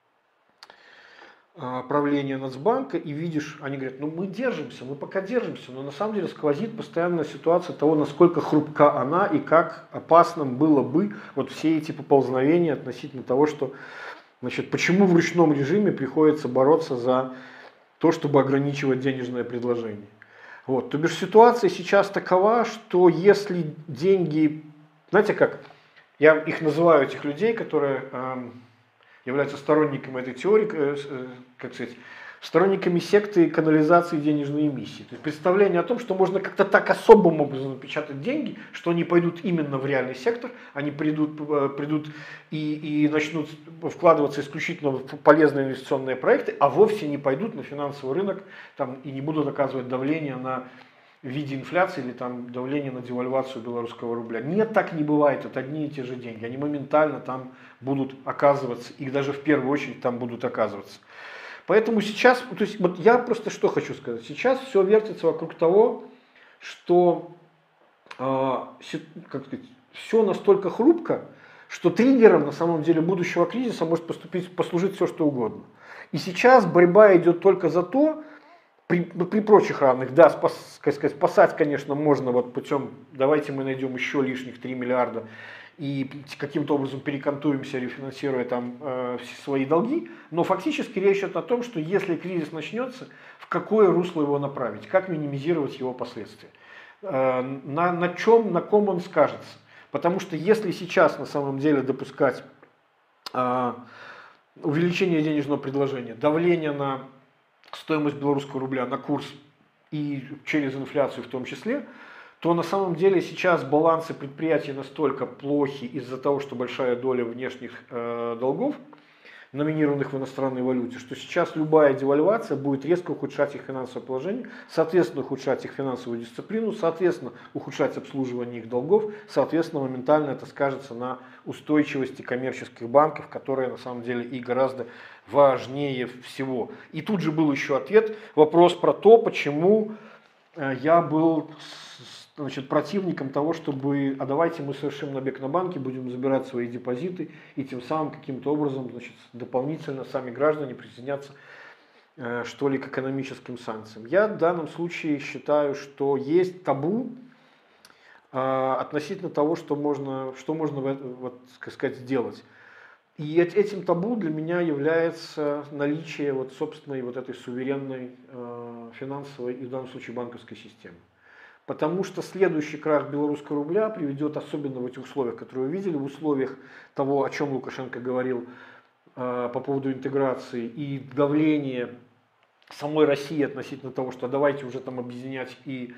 правления Нацбанка и видишь, они говорят, ну мы держимся, мы пока держимся, но на самом деле сквозит постоянная ситуация того, насколько хрупка она и как опасным было бы вот все эти поползновения относительно того, что, значит, почему в ручном режиме приходится бороться за то, чтобы ограничивать денежное предложение. Вот, то бишь ситуация сейчас такова, что если деньги, знаете как, я их называю, этих людей, которые э, являются сторонниками этой теории, э, как сказать, сторонниками секты канализации денежной эмиссии. То есть представление о том, что можно как-то так особым образом напечатать деньги, что они пойдут именно в реальный сектор, они придут, придут и, и начнут вкладываться исключительно в полезные инвестиционные проекты, а вовсе не пойдут на финансовый рынок там, и не будут оказывать давление на в виде инфляции или там давление на девальвацию белорусского рубля. Нет, так не бывает, это одни и те же деньги. Они моментально там будут оказываться, и даже в первую очередь там будут оказываться. Поэтому сейчас, то есть вот я просто что хочу сказать, сейчас все вертится вокруг того, что э, как сказать, все настолько хрупко, что триггером на самом деле будущего кризиса может поступить, послужить все что угодно. И сейчас борьба идет только за то, При, при прочих равных, да, спас, сказать, спасать, конечно, можно вот путем, давайте мы найдем еще лишних три миллиарда и каким-то образом перекантуемся, рефинансируя там э, все свои долги, но фактически речь идет о том, что если кризис начнется, в какое русло его направить, как минимизировать его последствия, э, на, на чем, на ком он скажется. Потому что если сейчас на самом деле допускать э, увеличение денежного предложения, давление на стоимость белорусского рубля, на курс и через инфляцию в том числе, то на самом деле сейчас балансы предприятий настолько плохи из-за того, что большая доля внешних э, долгов, номинированных в иностранной валюте, что сейчас любая девальвация будет резко ухудшать их финансовое положение, соответственно ухудшать их финансовую дисциплину, соответственно ухудшать обслуживание их долгов, соответственно моментально это скажется на устойчивости коммерческих банков, которые на самом деле и гораздо важнее всего. И тут же был еще ответ, вопрос про то, почему я был, значит, противником того, чтобы, а давайте мы совершим набег на банки, будем забирать свои депозиты и тем самым каким-то образом, значит, дополнительно сами граждане присоединятся, э, что ли, к экономическим санкциям. Я в данном случае считаю, что есть табу э, относительно того, что можно, что можно вот, так сказать, сделать. И этим табу для меня является наличие вот собственной вот этой суверенной э, финансовой и в данном случае банковской системы. Потому что следующий крах белорусского рубля приведет, особенно в этих условиях, которые вы видели, в условиях того, о чем Лукашенко говорил э, по поводу интеграции и давления самой России относительно того, что давайте уже там объединять и,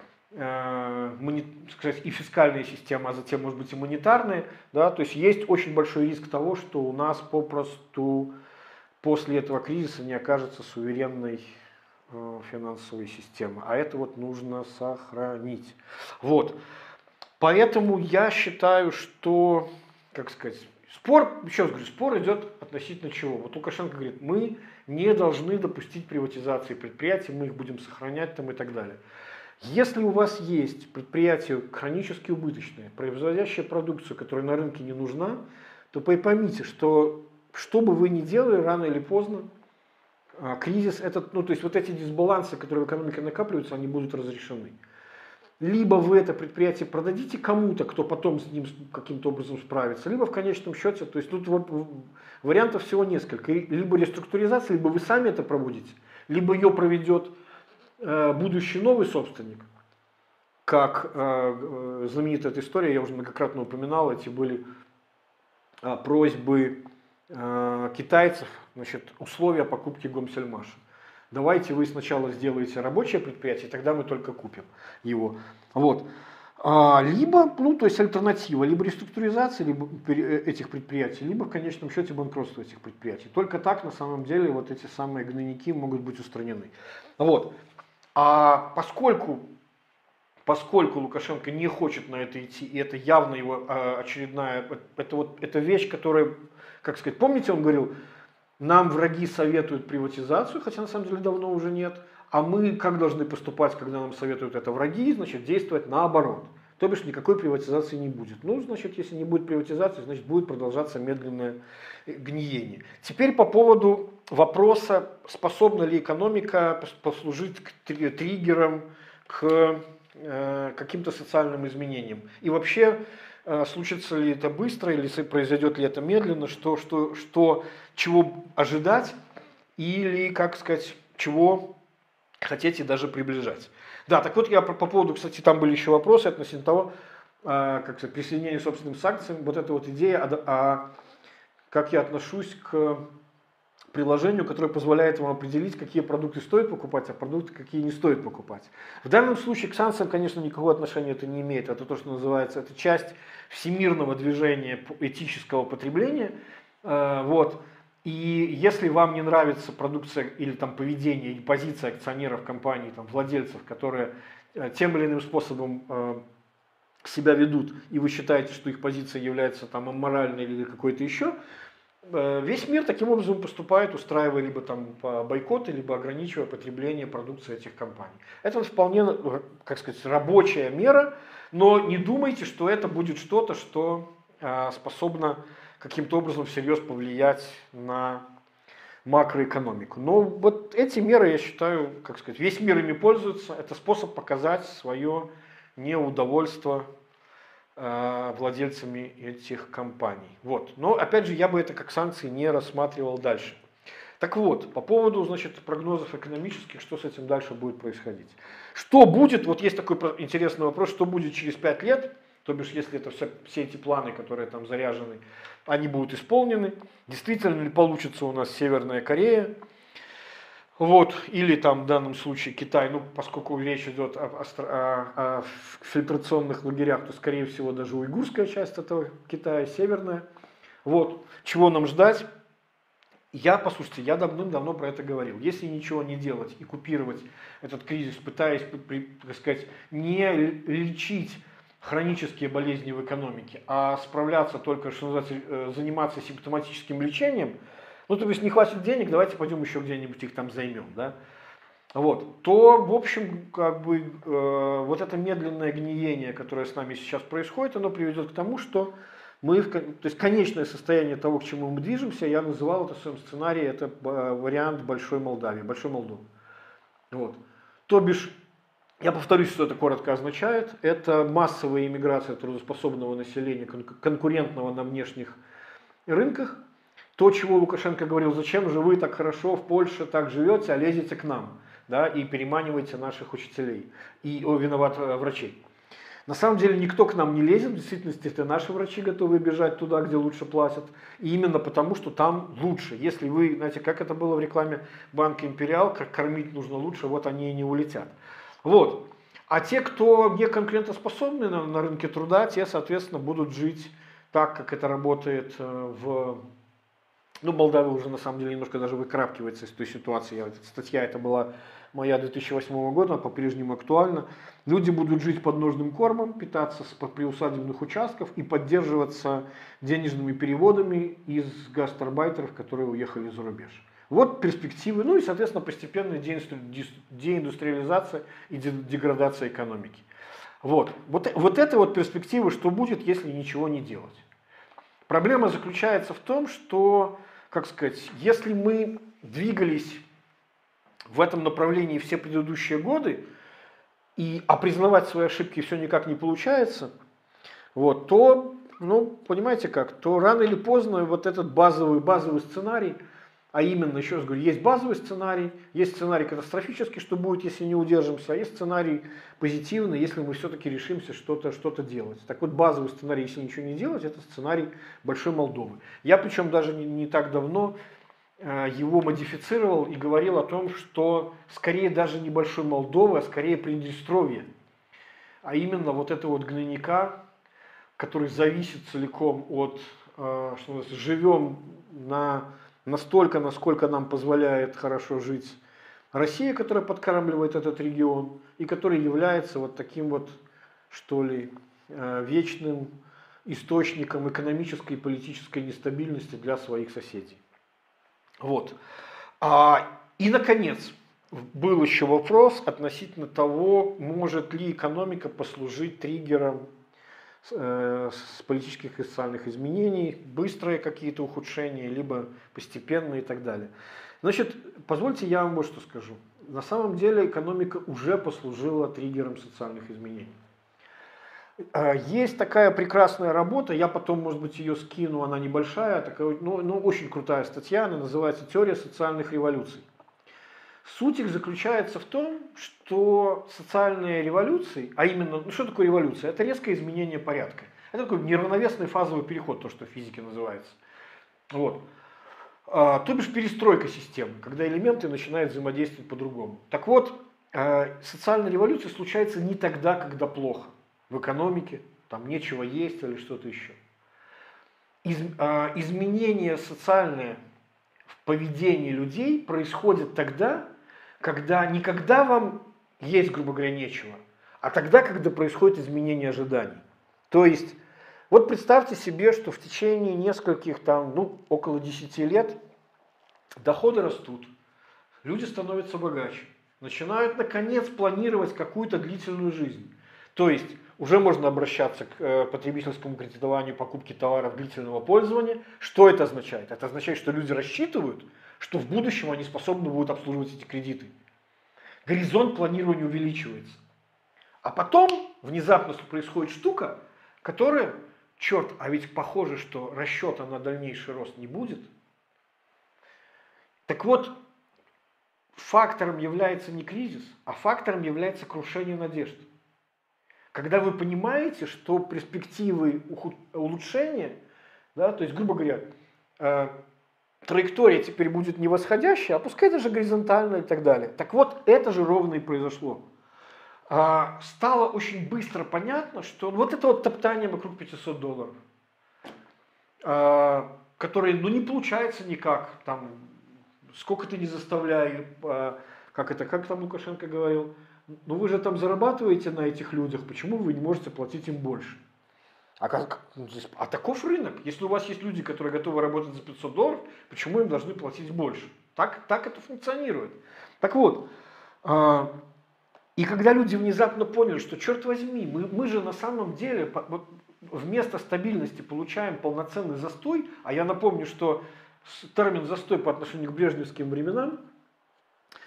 э, мони, сказать, и фискальные системы, а затем, может быть, и монетарные. Да? То есть есть очень большой риск того, что у нас попросту после этого кризиса не окажется суверенной финансовой системы, а это вот нужно сохранить. Вот. Поэтому я считаю, что, как сказать, спор, еще раз говорю, спор идет относительно чего. Вот Лукашенко говорит, мы не должны допустить приватизации предприятий, мы их будем сохранять там и так далее. Если у вас есть предприятие хронически убыточное, производящее продукцию, которая на рынке не нужна, то поймите, что что бы вы ни делали, рано или поздно, кризис, этот, ну, то есть вот эти дисбалансы, которые в экономике накапливаются, они будут разрешены. Либо вы это предприятие продадите кому-то, кто потом с ним каким-то образом справится, либо в конечном счете, то есть тут вот вариантов всего несколько. Либо реструктуризация, либо вы сами это проводите, либо ее проведет э, будущий новый собственник. Как э, знаменитая эта история, я уже многократно упоминал, эти были э, просьбы э, китайцев, значит, условия покупки Гомсельмаша. Давайте вы сначала сделаете рабочее предприятие, тогда мы только купим его. Вот. А, либо, ну, то есть альтернатива, либо реструктуризация либо этих предприятий, либо в конечном счете банкротство этих предприятий. Только так на самом деле вот эти самые гнойники могут быть устранены. Вот. А поскольку, поскольку Лукашенко не хочет на это идти, и это явно его а, очередная, это вот эта вещь, которая, как сказать, помните, он говорил, нам враги советуют приватизацию, хотя на самом деле давно уже нет. А мы как должны поступать, когда нам советуют это враги? Значит, действовать наоборот. То бишь никакой приватизации не будет. Ну, значит, если не будет приватизации, значит, будет продолжаться медленное гниение. Теперь по поводу вопроса, способна ли экономика послужить к триггерам, к э, каким-то социальным изменениям. И вообще, э, случится ли это быстро или произойдет ли это медленно, что, что, что, чего ожидать или, как сказать, чего хотите даже приближать. Да, так вот я по, по поводу, кстати, там были еще вопросы относительно того, э, как сказать, присоединения собственным санкциям, вот эта вот идея, а, а как я отношусь к приложению, которое позволяет вам определить, какие продукты стоит покупать, а продукты какие не стоит покупать. В данном случае к санкциям, конечно, никакого отношения это не имеет. Это то, что называется, это часть всемирного движения этического потребления. Э, вот. И если вам не нравится продукция или там поведение и позиция акционеров компании, там, владельцев, которые э, тем или иным способом э, себя ведут, и вы считаете, что их позиция является там аморальной или какой-то еще, э, весь мир таким образом поступает, устраивая либо там бойкоты, либо ограничивая потребление продукции этих компаний. Это вполне, как сказать, рабочая мера, но не думайте, что это будет что-то, что э, способно каким-то образом всерьез повлиять на макроэкономику. Но вот эти меры, я считаю, как сказать, весь мир ими пользуется. Это способ показать свое неудовольство э, владельцами этих компаний. Вот. Но опять же, я бы это как санкции не рассматривал дальше. Так вот, по поводу, значит, прогнозов экономических, что с этим дальше будет происходить. Что будет, вот есть такой интересный вопрос, что будет через пять лет, то бишь, если это все, все эти планы, которые там заряжены, они будут исполнены. Действительно ли получится у нас Северная Корея, вот, или там в данном случае Китай, ну, поскольку речь идет о, о, о, о фильтрационных лагерях, то, скорее всего, даже уйгурская часть этого Китая, северная. Вот, чего нам ждать? Я, послушайте, я давным-давно про это говорил. Если ничего не делать и купировать этот кризис, пытаясь, так сказать, не лечить хронические болезни в экономике, а справляться только, что называется, заниматься симптоматическим лечением, ну, то есть не хватит денег, давайте пойдем еще где-нибудь их там займем, да, вот, то, в общем, как бы, э, вот это медленное гниение, которое с нами сейчас происходит, оно приведет к тому, что мы, то есть конечное состояние того, к чему мы движемся, я называл это в своем сценарии, это вариант Большой Молдавии, Большой Молдовы, вот, то бишь, Я повторюсь, что это коротко означает. Это массовая иммиграция трудоспособного населения, конкурентного на внешних рынках. То, чего Лукашенко говорил, зачем же вы так хорошо в Польше так живете, а лезете к нам, да, и переманиваете наших учителей, и о, виноват врачей. На самом деле никто к нам не лезет, в действительности это наши врачи готовы бежать туда, где лучше платят, и именно потому, что там лучше. Если вы, знаете, как это было в рекламе банка Империал, как кормить нужно лучше, вот они и не улетят. Вот. А те, кто не конкурентоспособны на, на рынке труда, те, соответственно, будут жить так, как это работает в... Ну, Молдавия уже, на самом деле, немножко даже выкрапкивается из той ситуации. Я, статья эта была моя две тысячи восьмого года, она по-прежнему актуальна. Люди будут жить подножным кормом, питаться с приусадебных участков и поддерживаться денежными переводами из гастарбайтеров, которые уехали за рубеж. Вот перспективы, ну и, соответственно, постепенная деиндустриализация и деградация экономики. Вот. Вот, вот это вот перспективы, что будет, если ничего не делать. Проблема заключается в том, что, как сказать, если мы двигались в этом направлении все предыдущие годы, и, а признавать свои ошибки все никак не получается, вот, то, ну, понимаете как, то рано или поздно вот этот базовый, базовый сценарий, а именно, еще раз говорю, есть базовый сценарий, есть сценарий катастрофический, что будет, если не удержимся, а есть сценарий позитивный, если мы все-таки решимся что-то что-то делать. Так вот, базовый сценарий, если ничего не делать, это сценарий Большой Молдовы. Я причем даже не, не так давно э, его модифицировал и говорил о том, что скорее даже не Большой Молдовы, а скорее Приднестровье. А именно вот это вот гнойника, который зависит целиком от, э, что у нас, живем на... настолько, насколько нам позволяет хорошо жить Россия, которая подкармливает этот регион, и который является вот таким вот, что ли, вечным источником экономической и политической нестабильности для своих соседей. Вот. И, наконец, был еще вопрос относительно того, может ли экономика послужить триггером с политических и социальных изменений, быстрые какие-то ухудшения, либо постепенные и так далее. Значит, позвольте я вам вот что скажу. На самом деле экономика уже послужила триггером социальных изменений. Есть такая прекрасная работа, я потом, может быть, ее скину, она небольшая, такая, но, но очень крутая статья, она называется «Теория социальных революций». Суть их заключается в том, что социальные революции, а именно, ну что такое революция? Это резкое изменение порядка. Это такой неравновесный фазовый переход, то, что в физике называется. Вот. А, то бишь перестройка системы, когда элементы начинают взаимодействовать по-другому. Так вот, а, социальная революция случается не тогда, когда плохо. В экономике, там нечего есть или что-то еще. Из, а, изменение социальное в поведении людей происходит тогда, когда не когда вам есть, грубо говоря, нечего, а тогда, когда происходит изменение ожиданий. То есть, вот представьте себе, что в течение нескольких, там, ну, около десяти лет доходы растут, люди становятся богаче, начинают, наконец, планировать какую-то длительную жизнь. То есть, уже можно обращаться к потребительскому кредитованию, покупке товаров длительного пользования. Что это означает? Это означает, что люди рассчитывают, что в будущем они способны будут обслуживать эти кредиты. Горизонт планирования увеличивается. А потом внезапно происходит штука, которая, черт, а ведь похоже, что расчета на дальнейший рост не будет. Так вот, фактором является не кризис, а фактором является крушение надежд. Когда вы понимаете, что перспективы улучшения, да, то есть, грубо говоря, э, траектория теперь будет не восходящая, а пускай даже горизонтальная и так далее. Так вот, это же ровно и произошло. Э, стало очень быстро понятно, что вот это вот топтание вокруг пятисот долларов, э, которое, ну, не получается никак, там, сколько ты не заставляй, э, как это, как там Лукашенко говорил, ну вы же там зарабатываете на этих людях, почему вы не можете платить им больше? А, как, а таков рынок. Если у вас есть люди, которые готовы работать за пятьсот долларов, почему им должны платить больше? Так, так это функционирует. Так вот, э, и когда люди внезапно поняли, что черт возьми, мы, мы же на самом деле вот, вместо стабильности получаем полноценный застой, а я напомню, что термин застой по отношению к брежневским временам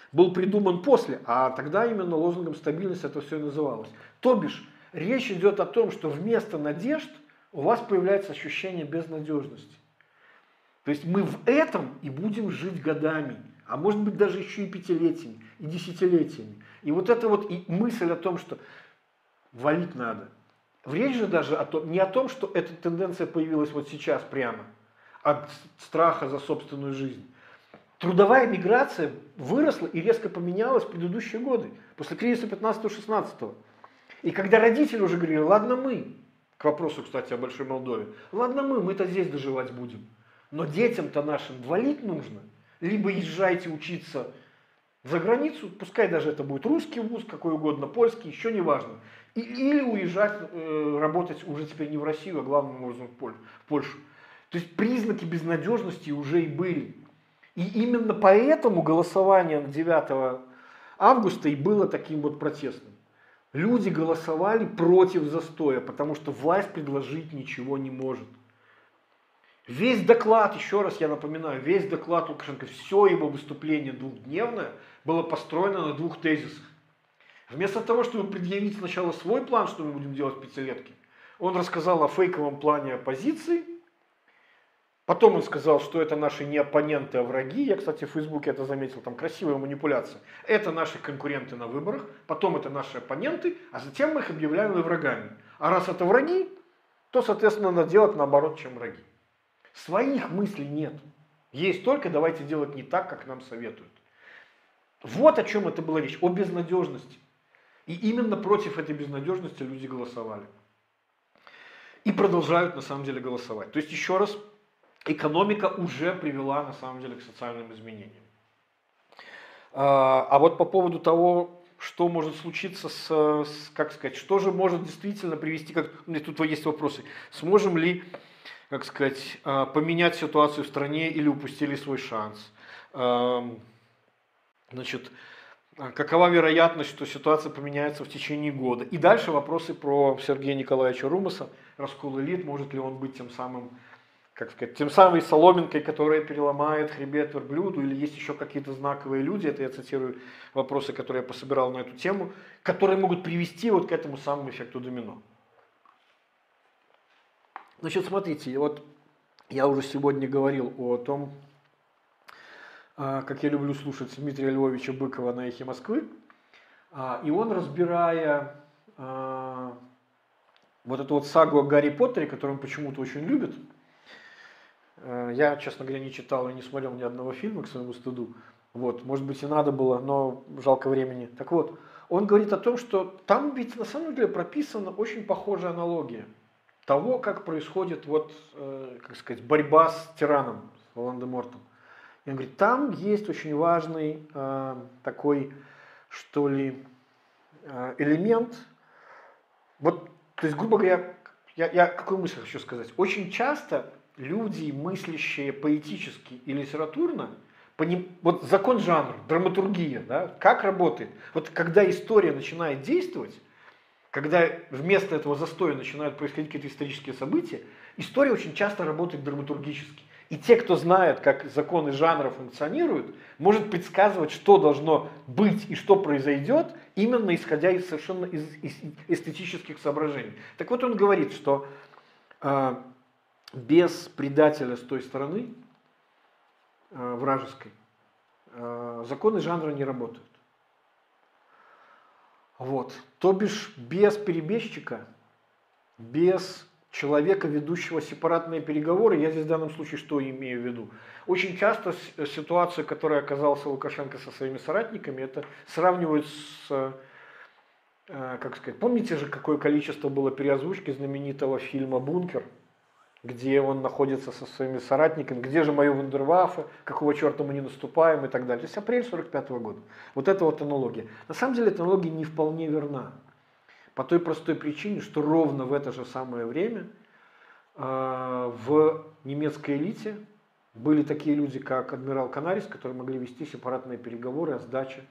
был придуман после, а тогда именно лозунгом стабильности это все и называлось. То бишь, речь идет о том, что вместо надежд у вас появляется ощущение безнадежности. То есть мы в этом и будем жить годами, а может быть даже еще и пятилетиями, и десятилетиями. И вот эта вот и мысль о том, что валить надо. Речь же даже о том, не о том, что эта тенденция появилась вот сейчас прямо, от страха за собственную жизнь. Трудовая миграция выросла и резко поменялась в предыдущие годы, после кризиса пятнадцатого-шестнадцатого. И когда родители уже говорили, ладно мы, к вопросу, кстати, о Большой Молдове, ладно мы, мы-то здесь доживать будем, но детям-то нашим валить нужно, либо езжайте учиться за границу, пускай даже это будет русский вуз, какой угодно, польский, еще не важно, и, или уезжать, э, работать уже теперь не в Россию, а главным образом в, Поль, в Польшу. То есть признаки безнадежности уже и были. И именно поэтому голосование девятого августа и было таким вот протестным. Люди голосовали против застоя, потому что власть предложить ничего не может. Весь доклад, еще раз я напоминаю, весь доклад Лукашенко, все его выступление двухдневное было построено на двух тезисах. Вместо того, чтобы предъявить сначала свой план, что мы будем делать в пятилетке, он рассказал о фейковом плане оппозиции. Потом он сказал, что это наши не оппоненты, а враги. Я, кстати, в Фейсбуке это заметил, там красивая манипуляция. Это наши конкуренты на выборах, потом это наши оппоненты, а затем мы их объявляем и врагами. А раз это враги, то, соответственно, надо делать наоборот, чем враги. Своих мыслей нет. Есть только давайте делать не так, как нам советуют. Вот о чем это была речь, о безнадежности. И именно против этой безнадежности люди голосовали. И продолжают на самом деле голосовать. То есть, еще раз, экономика уже привела на самом деле к социальным изменениям. А вот по поводу того, что может случиться с, с как сказать, что же может действительно привести, как, тут есть вопросы, сможем ли, как сказать, поменять ситуацию в стране или упустили свой шанс. Значит, какова вероятность, что ситуация поменяется в течение года. И дальше вопросы про Сергея Николаевича Румаса, раскол элит, может ли он быть тем самым, как сказать, тем самой соломинкой, которая переломает хребет верблюду, или есть еще какие-то знаковые люди, это я цитирую вопросы, которые я пособирал на эту тему, которые могут привести вот к этому самому эффекту домино. Значит, смотрите, вот я уже сегодня говорил о том, как я люблю слушать Дмитрия Львовича Быкова на «Эхе Москвы», и он, разбирая вот эту вот сагу о Гарри Поттере, которую он почему-то очень любит, я, честно говоря, не читал и не смотрел ни одного фильма, к своему стыду, вот, может быть и надо было, но жалко времени. Так вот, он говорит о том, что там ведь на самом деле прописана очень похожая аналогия того, как происходит вот, как сказать, борьба с тираном, с Волан-де-Мортом. И он говорит, там есть очень важный э, такой, что ли, э, элемент. Вот, то есть, грубо говоря, я, я какую мысль хочу сказать? Очень часто люди, мыслящие поэтически и литературно, поним, вот закон жанра, драматургия, да, как работает? Вот когда история начинает действовать, когда вместо этого застоя начинают происходить какие-то исторические события, история очень часто работает драматургически. И те, кто знает, как законы жанра функционируют, может предсказывать, что должно быть и что произойдет, именно исходя из совершенно из, из эстетических соображений. Так вот он говорит, что э, без предателя с той стороны, э, вражеской, э, законы жанра не работают. Вот. То бишь без перебежчика, без человека, ведущего сепаратные переговоры, я здесь в данном случае что имею в виду? Очень часто ситуация, которая оказался Лукашенко со своими соратниками, это сравнивают с, как сказать, помните же, какое количество было переозвучки знаменитого фильма «Бункер», где он находится со своими соратниками, где же мое вундерваффе, какого черта мы не наступаем и так далее. То есть апрель сорок пятого года. Вот это вот аналогия. На самом деле эта аналогия не вполне верна. По той простой причине, что ровно в это же самое время э, в немецкой элите были такие люди, как адмирал Канарис, которые могли вести сепаратные переговоры о сдаче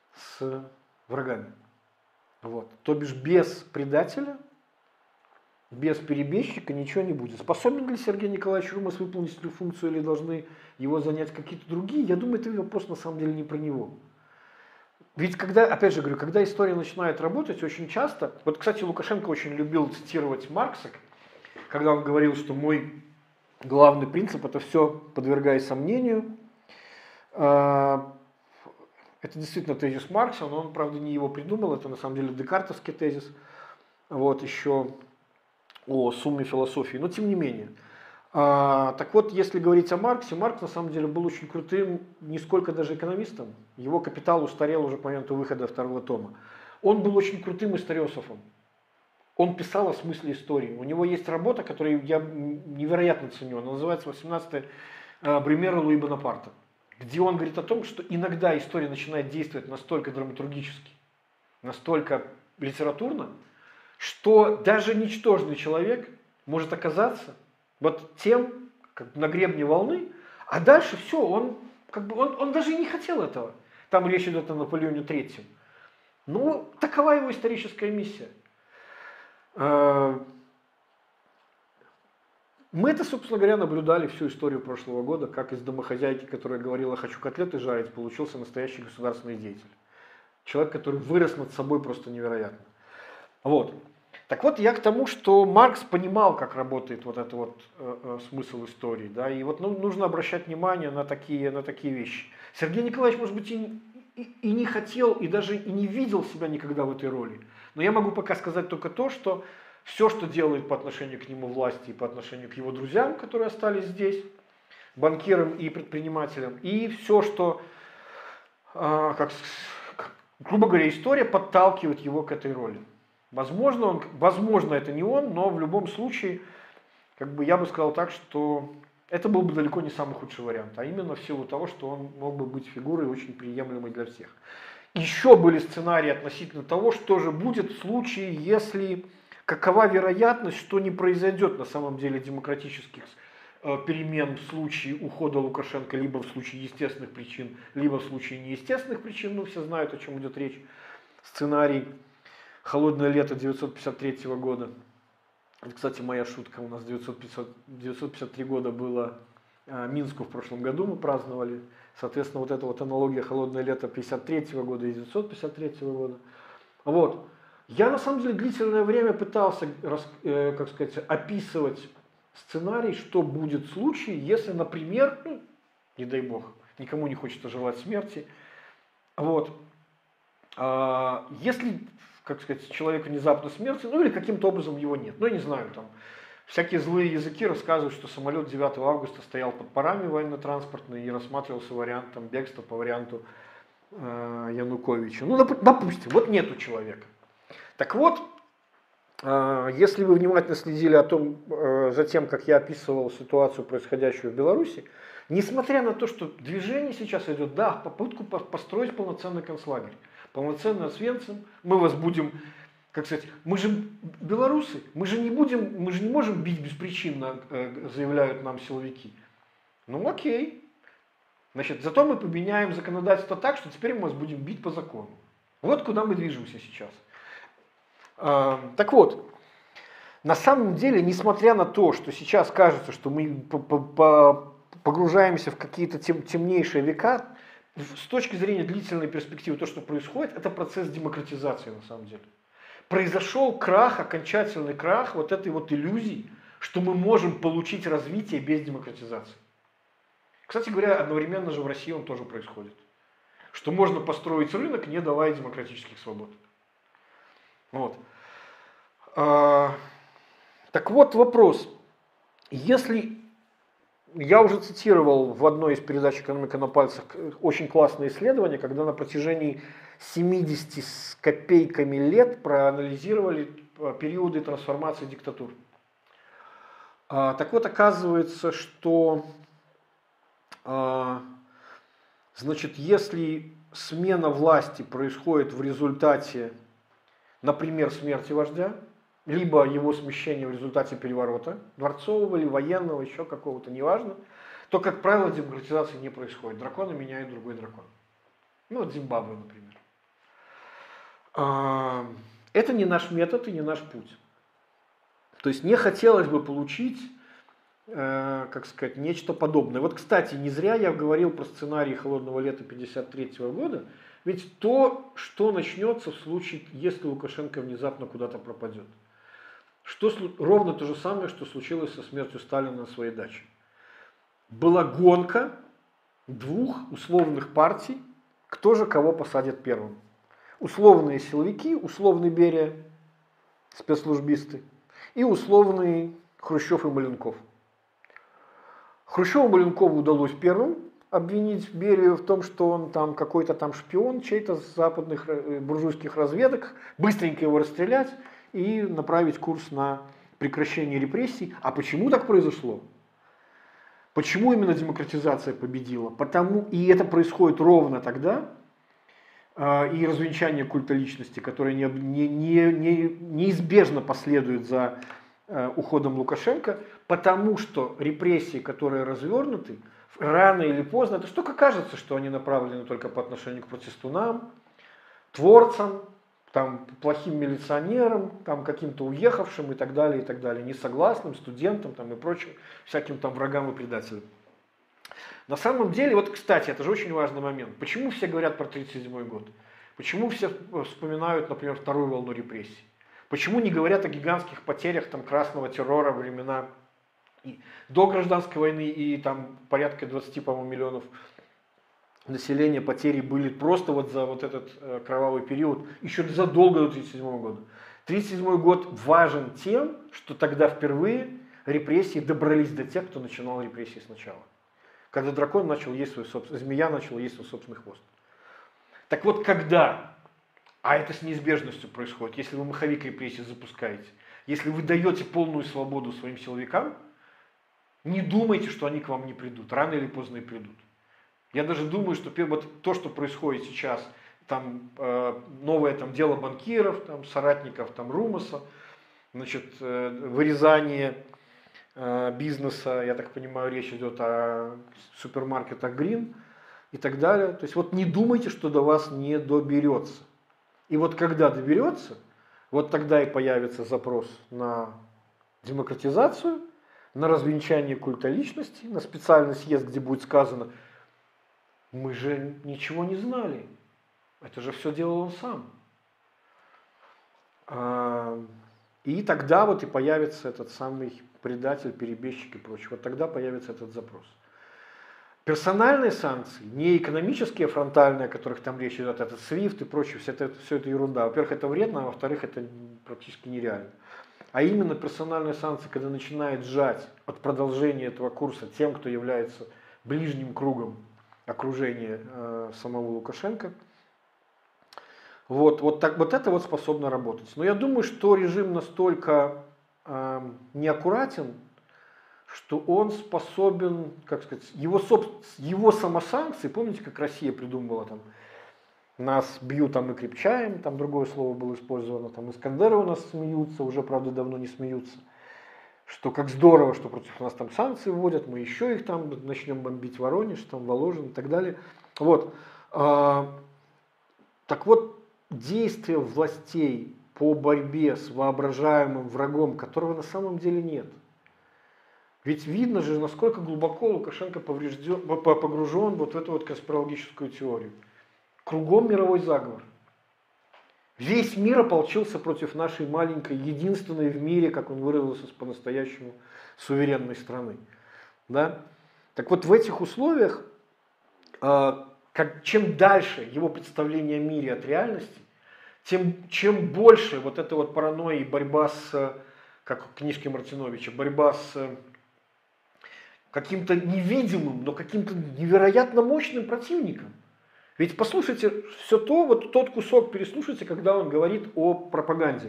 с врагами. Вот. То бишь без предателя Без перебежчика ничего не будет. Способен ли Сергей Николаевич Румас выполнить эту функцию или должны его занять какие-то другие? Я думаю, это вопрос на самом деле не про него. Ведь когда, опять же говорю, когда история начинает работать, очень часто, вот, кстати, Лукашенко очень любил цитировать Маркса, когда он говорил, что мой главный принцип — это все подвергай сомнению. Это действительно тезис Маркса, но он, правда, не его придумал, это на самом деле декартовский тезис, вот, еще о сумме философии, но тем не менее. А, так вот, если говорить о Марксе, Маркс на самом деле был очень крутым, нисколько даже экономистом. Его «Капитал» устарел уже к моменту выхода второго тома. Он был очень крутым историософом. Он писал о смысле истории. У него есть работа, которую я невероятно ценю. Она называется «восемнадцатое Брюмера Луи Бонапарта», где он говорит о том, что иногда история начинает действовать настолько драматургически, настолько литературно, что даже ничтожный человек может оказаться вот тем, как на гребне волны, а дальше все, он, как бы, он, он даже и не хотел этого. Там речь идет о Наполеоне Третьем. Ну, такова его историческая миссия. Мы это, собственно говоря, наблюдали всю историю прошлого года, как из домохозяйки, которая говорила «хочу котлеты жарить», получился настоящий государственный деятель. Человек, который вырос над собой просто невероятно. Вот. Так вот, я к тому, что Маркс понимал, как работает вот этот вот э, э, смысл истории, да, и вот ну, нужно обращать внимание на такие, на такие вещи. Сергей Николаевич, может быть, и, и, и не хотел, и даже и не видел себя никогда в этой роли, но я могу пока сказать только то, что все, что делает по отношению к нему власти и по отношению к его друзьям, которые остались здесь, банкирам и предпринимателям, и все, что, э, как, грубо говоря, история подталкивает его к этой роли. Возможно, он, возможно, это не он, но в любом случае, как бы я бы сказал так, что это был бы далеко не самый худший вариант, а именно в силу того, что он мог бы быть фигурой очень приемлемой для всех. Еще были сценарии относительно того, что же будет в случае, если, какова вероятность, что не произойдет на самом деле демократических э, перемен в случае ухода Лукашенко, либо в случае естественных причин, либо в случае неестественных причин, ну все знают, о чем идет речь, сценарий «Холодное лето» тысяча девятьсот пятьдесят третьего года. Это, кстати, моя шутка. У нас девятьсот пятьдесят три года было а, Минску в прошлом году, мы праздновали. Соответственно, вот эта вот аналогия «Холодное лето» пятьдесят третьего года и девятьсот пятьдесят третьего года. Вот. Я, на самом деле, длительное время пытался, э, как сказать, описывать сценарий, что будет в случае, если, например, ну, не дай бог, никому не хочется желать смерти. Вот. А, если, как сказать, человек внезапно смерти, ну или каким-то образом его нет. Ну, я не знаю, там, всякие злые языки рассказывают, что самолет девятого августа стоял под парами военно-транспортные и рассматривался вариант там, бегства по варианту э, Януковича. Ну, доп, допустим, вот нету человека. Так вот, э, если вы внимательно следили о том, э, за тем, как я описывал ситуацию, происходящую в Беларуси, несмотря на то, что движение сейчас идет, да, попытку построить полноценный концлагерь, полноценный Освенцим, мы вас будем, как сказать, мы же белорусы, мы же не будем, мы же не можем бить беспричинно, заявляют нам силовики. Ну окей. Значит, зато мы поменяем законодательство так, что теперь мы вас будем бить по закону. Вот куда мы движемся сейчас. Так вот, на самом деле, несмотря на то, что сейчас кажется, что мы погружаемся в какие-то тем, темнейшие века, с точки зрения длительной перспективы, то, что происходит, это процесс демократизации на самом деле. Произошел крах, окончательный крах вот этой вот иллюзии, что мы можем получить развитие без демократизации. Кстати говоря, одновременно же в России он тоже происходит. Что можно построить рынок, не давая демократических свобод. Вот. А, так вот вопрос. Если... Я уже цитировал в одной из передач «Экономика на пальцах» очень классное исследование, когда на протяжении семидесяти с копейками лет проанализировали периоды трансформации диктатур. А, так вот, оказывается, что а, значит, если смена власти происходит в результате, например, смерти вождя, либо его смещение в результате переворота, дворцового или военного, еще какого-то, неважно, то, как правило, демократизация не происходит. Дракона меняет другой дракон. Ну, вот Зимбабве, например. Это не наш метод и не наш путь. То есть не хотелось бы получить, э, как сказать, нечто подобное. Вот, кстати, не зря я говорил про сценарий «Холодного лета» пятьдесят третьего года, ведь то, что начнется в случае, если Лукашенко внезапно куда-то пропадет. Что, ровно то же самое, что случилось со смертью Сталина на своей даче. Была гонка двух условных партий, кто же кого посадит первым. Условные силовики, условный Берия, спецслужбисты, и условный Хрущев и Маленков. Хрущеву и Маленкову удалось первым обвинить Берию в том, что он там какой-то там шпион чей-то с западных буржуйских разведок, быстренько его расстрелять и направить курс на прекращение репрессий. А почему так произошло? Почему именно демократизация победила? Потому, и это происходит ровно тогда, э, и развенчание культа личности, которое не, не, не, не, неизбежно последует за э, уходом Лукашенко, потому что репрессии, которые развернуты, рано или поздно, это что-то кажется, что они направлены только по отношению к протестунам, творцам, там, плохим милиционерам, там, каким-то уехавшим и так далее, и так далее, несогласным, студентам там, и прочим, всяким там врагам и предателям. На самом деле, вот, кстати, это же очень важный момент. Почему все говорят про тридцать седьмой год? Почему все вспоминают, например, вторую волну репрессий? Почему не говорят о гигантских потерях там, красного террора во времена и до гражданской войны и там порядка двадцати, по-моему, миллионов населения потери были просто вот за вот этот э, кровавый период, еще задолго до тридцать седьмого года. тридцать седьмой год важен тем, что тогда впервые репрессии добрались до тех, кто начинал репрессии сначала. Когда дракон начал есть свой собственный, змея начала есть свой собственный хвост. Так вот, когда, а это с неизбежностью происходит, если вы маховик репрессий запускаете, если вы даете полную свободу своим силовикам, не думайте, что они к вам не придут, рано или поздно и придут. Я даже думаю, что вот то, что происходит сейчас, там э, новое там, дело банкиров, там, соратников там, Румаса, значит, э, вырезание э, бизнеса, я так понимаю, речь идет о супермаркетах Green и так далее. То есть вот не думайте, что до вас не доберется. И вот когда доберется, вот тогда и появится запрос на демократизацию, на развенчание культа личности, на специальный съезд, где будет сказано: мы же ничего не знали. Это же все делал он сам. И тогда вот и появится этот самый предатель, перебежчик и прочее. Вот тогда появится этот запрос. Персональные санкции, не экономические, фронтальные, о которых там речь идет, этот свифт и прочее, все это, все это ерунда. Во-первых, это вредно, а во-вторых, это практически нереально. А именно персональные санкции, когда начинает сжать от продолжения этого курса тем, кто является ближним кругом окружения э, самого Лукашенко. Вот, вот, так, вот это вот способно работать. Но я думаю, что режим настолько э, неаккуратен, что он способен, как сказать, его, его самосанкции, помните, как Россия придумывала там, нас бьют там и крепчаем, там другое слово было использовано, там Искандеры у нас смеются, уже, правда, давно не смеются, что как здорово, что против нас там санкции вводят, мы еще их там начнем бомбить Воронеж, там Воложин и так далее. Вот. А, так вот, действия властей по борьбе с воображаемым врагом, которого на самом деле нет. Ведь видно же, насколько глубоко Лукашенко поврежден, погружен вот в эту вот конспирологическую теорию. Кругом мировой заговор. Весь мир ополчился против нашей маленькой, единственной в мире, как он выразился, по-настоящему суверенной страны. Да? Так вот, в этих условиях, как, чем дальше его представление о мире от реальности, тем чем больше вот эта вот паранойя и борьба с, как в книжке Мартиновича, борьба с каким-то невидимым, но каким-то невероятно мощным противником. Ведь послушайте все то, вот тот кусок переслушайте, когда он говорит о пропаганде.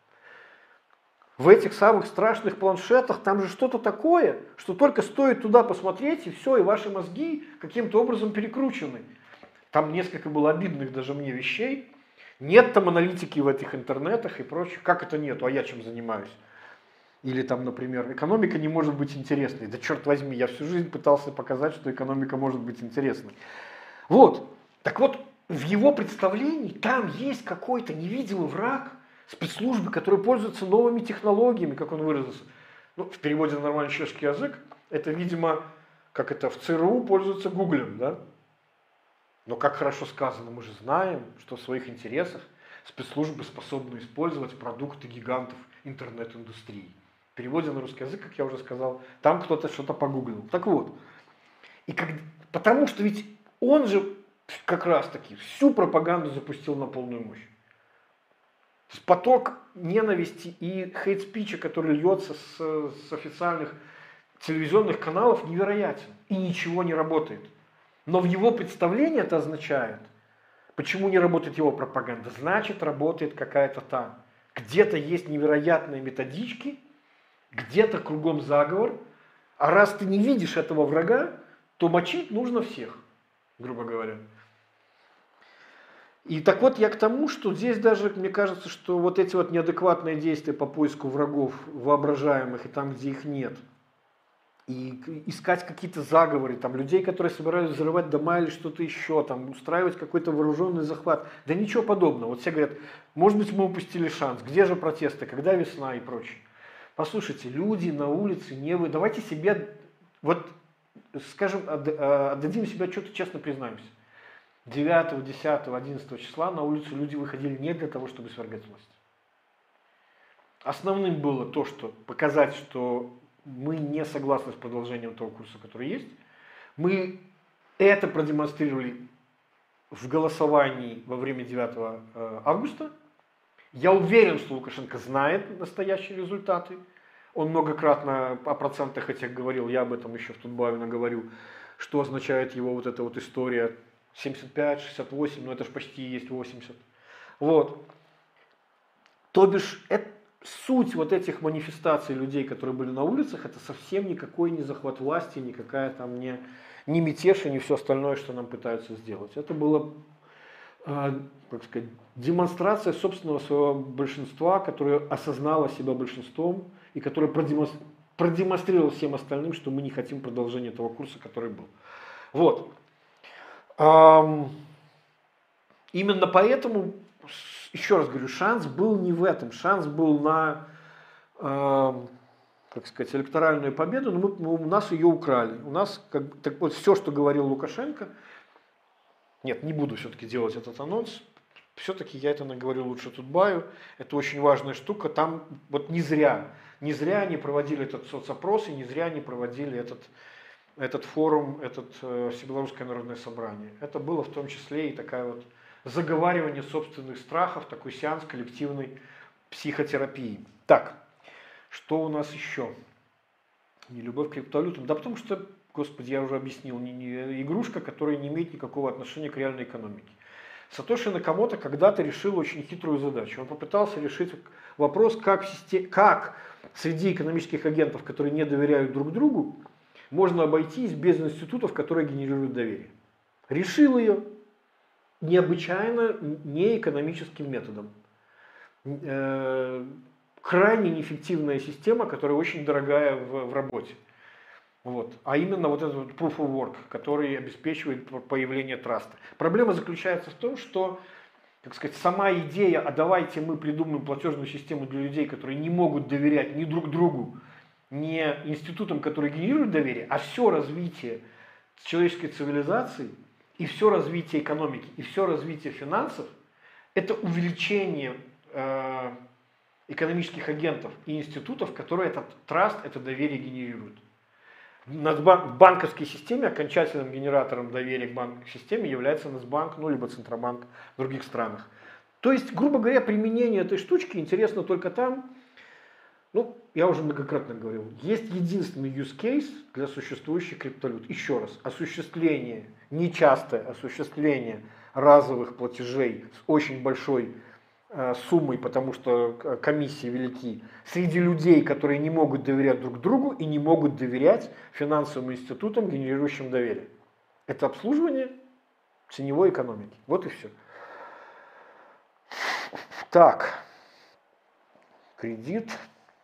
В этих самых страшных планшетах там же что-то такое, что только стоит туда посмотреть, и все, и ваши мозги каким-то образом перекручены. Там несколько было обидных даже мне вещей. Нет там аналитики в этих интернетах и прочее. Как это нету? А я чем занимаюсь? Или там, например, экономика не может быть интересной. Да черт возьми, я всю жизнь пытался показать, что экономика может быть интересной. Вот. Так вот, в его представлении там есть какой-то невидимый враг, спецслужбы, которые пользуются новыми технологиями, как он выразился. Ну, в переводе на нормальный человеческий язык, это, видимо, как это в ЦРУ пользуются Гуглем, да? Но как хорошо сказано, мы же знаем, что в своих интересах спецслужбы способны использовать продукты гигантов интернет-индустрии. В переводе на русский язык, как я уже сказал, там кто-то что-то погуглил. Так вот, и как, потому что ведь он же как раз таки всю пропаганду запустил на полную мощь. Поток ненависти и хейт-спича, который льется с, с официальных телевизионных каналов, невероятен. И ничего не работает. Но в его представлении это означает, почему не работает его пропаганда. Значит, работает какая-то там. Где-то есть невероятные методички, где-то кругом заговор. А раз ты не видишь этого врага, то мочить нужно всех, грубо говоря. И так вот я к тому, что здесь даже, мне кажется, что вот эти вот неадекватные действия по поиску врагов воображаемых и там, где их нет, и искать какие-то заговоры, там, людей, которые собирались взрывать дома или что-то еще, там, устраивать какой-то вооруженный захват, да ничего подобного. Вот все говорят, может быть, мы упустили шанс, где же протесты, когда весна и прочее. Послушайте, люди на улице не вы, давайте себе, вот, скажем, отдадим себе отчет и честно признаемся. девятого, десятого, одиннадцатого числа на улицу люди выходили не для того, чтобы свергать власть. Основным было то, что показать, что мы не согласны с продолжением того курса, который есть. Мы это продемонстрировали в голосовании во время девятого августа. Я уверен, что Лукашенко знает настоящие результаты. Он многократно о процентах этих говорил, я об этом еще в Тутбае наговорю, что означает его вот эта вот история семьдесят пять, шестьдесят восемь, но это же почти есть восемьдесят. Вот. То бишь, это, суть вот этих манифестаций людей, которые были на улицах, это совсем никакой не захват власти, никакая там не, не мятеж и не все остальное, что нам пытаются сделать. Это было, э, как сказать, демонстрация собственного своего большинства, которое осознало себя большинством и которое продемонстрировало, продемонстрировало всем остальным, что мы не хотим продолжения того курса, который был. Вот. Эм, именно поэтому, еще раз говорю, шанс был не в этом. Шанс был на, э, как сказать, электоральную победу, но мы, у нас ее украли. У нас, как, так вот, все, что говорил Лукашенко, нет, не буду все-таки делать этот анонс, все-таки я это наговорил лучше Тутбаю, это очень важная штука, там вот не зря, не зря они проводили этот соцопрос и не зря они проводили этот, этот форум, этот э, Всебелорусское народное собрание. Это было в том числе и такая вот заговаривание собственных страхов, такой сеанс коллективной психотерапии. Так, что у нас еще? Нелюбовь к криптовалютам. Да потому что, господи, я уже объяснил, не, не, игрушка, которая не имеет никакого отношения к реальной экономике. Сатоши Накамото когда-то решил очень хитрую задачу. Он попытался решить вопрос, как, в системе, как среди экономических агентов, которые не доверяют друг другу, можно обойтись без институтов, которые генерируют доверие. Решил ее необычайно неэкономическим методом. Э, крайне неэффективная система, которая очень дорогая в, в работе. Вот. А именно вот этот вот proof of work, который обеспечивает появление траста. Проблема заключается в том, что, как сказать, сама идея, а давайте мы придумаем платежную систему для людей, которые не могут доверять ни друг другу, ни институтам, которые генерируют доверие, а все развитие человеческой цивилизации и все развитие экономики, и все развитие финансов – это увеличение э, экономических агентов и институтов, которые этот траст, это доверие генерируют. В банковской системе окончательным генератором доверия к банковской системе является Нацбанк, ну либо Центробанк в других странах. То есть, грубо говоря, применение этой штучки интересно только там, ну, я уже многократно говорил, есть единственный use case для существующих криптовалют. Еще раз, осуществление, нечастое осуществление разовых платежей с очень большой э, суммой, потому что комиссии велики, среди людей, которые не могут доверять друг другу и не могут доверять финансовым институтам, генерирующим доверие. Это обслуживание теневой экономики. Вот и все. Так, кредит.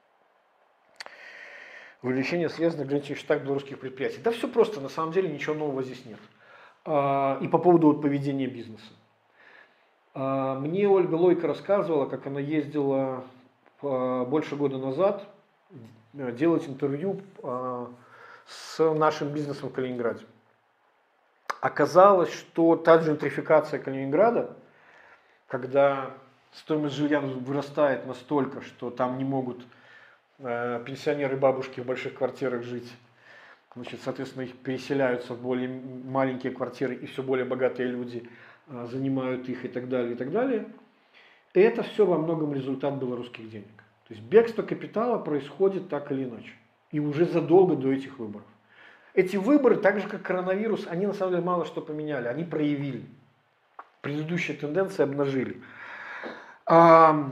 Увеличение средств на граничных счетах белорусских предприятий. Да все просто, на самом деле ничего нового здесь нет. И по поводу вот поведения бизнеса. Мне Ольга Лойко рассказывала, как она ездила больше года назад делать интервью с нашим бизнесом в Калининграде. Оказалось, что та джентрификация Калининграда, когда стоимость жилья вырастает настолько, что там не могут пенсионеры и бабушки в больших квартирах жить, значит, соответственно, их переселяются в более маленькие квартиры, и все более богатые люди занимают их и так далее, и так далее. И это все во многом результат белорусских денег. То есть бегство капитала происходит так или иначе. И уже задолго до этих выборов. Эти выборы, так же как коронавирус, они на самом деле мало что поменяли. Они проявили. Предыдущие тенденции обнажили. А,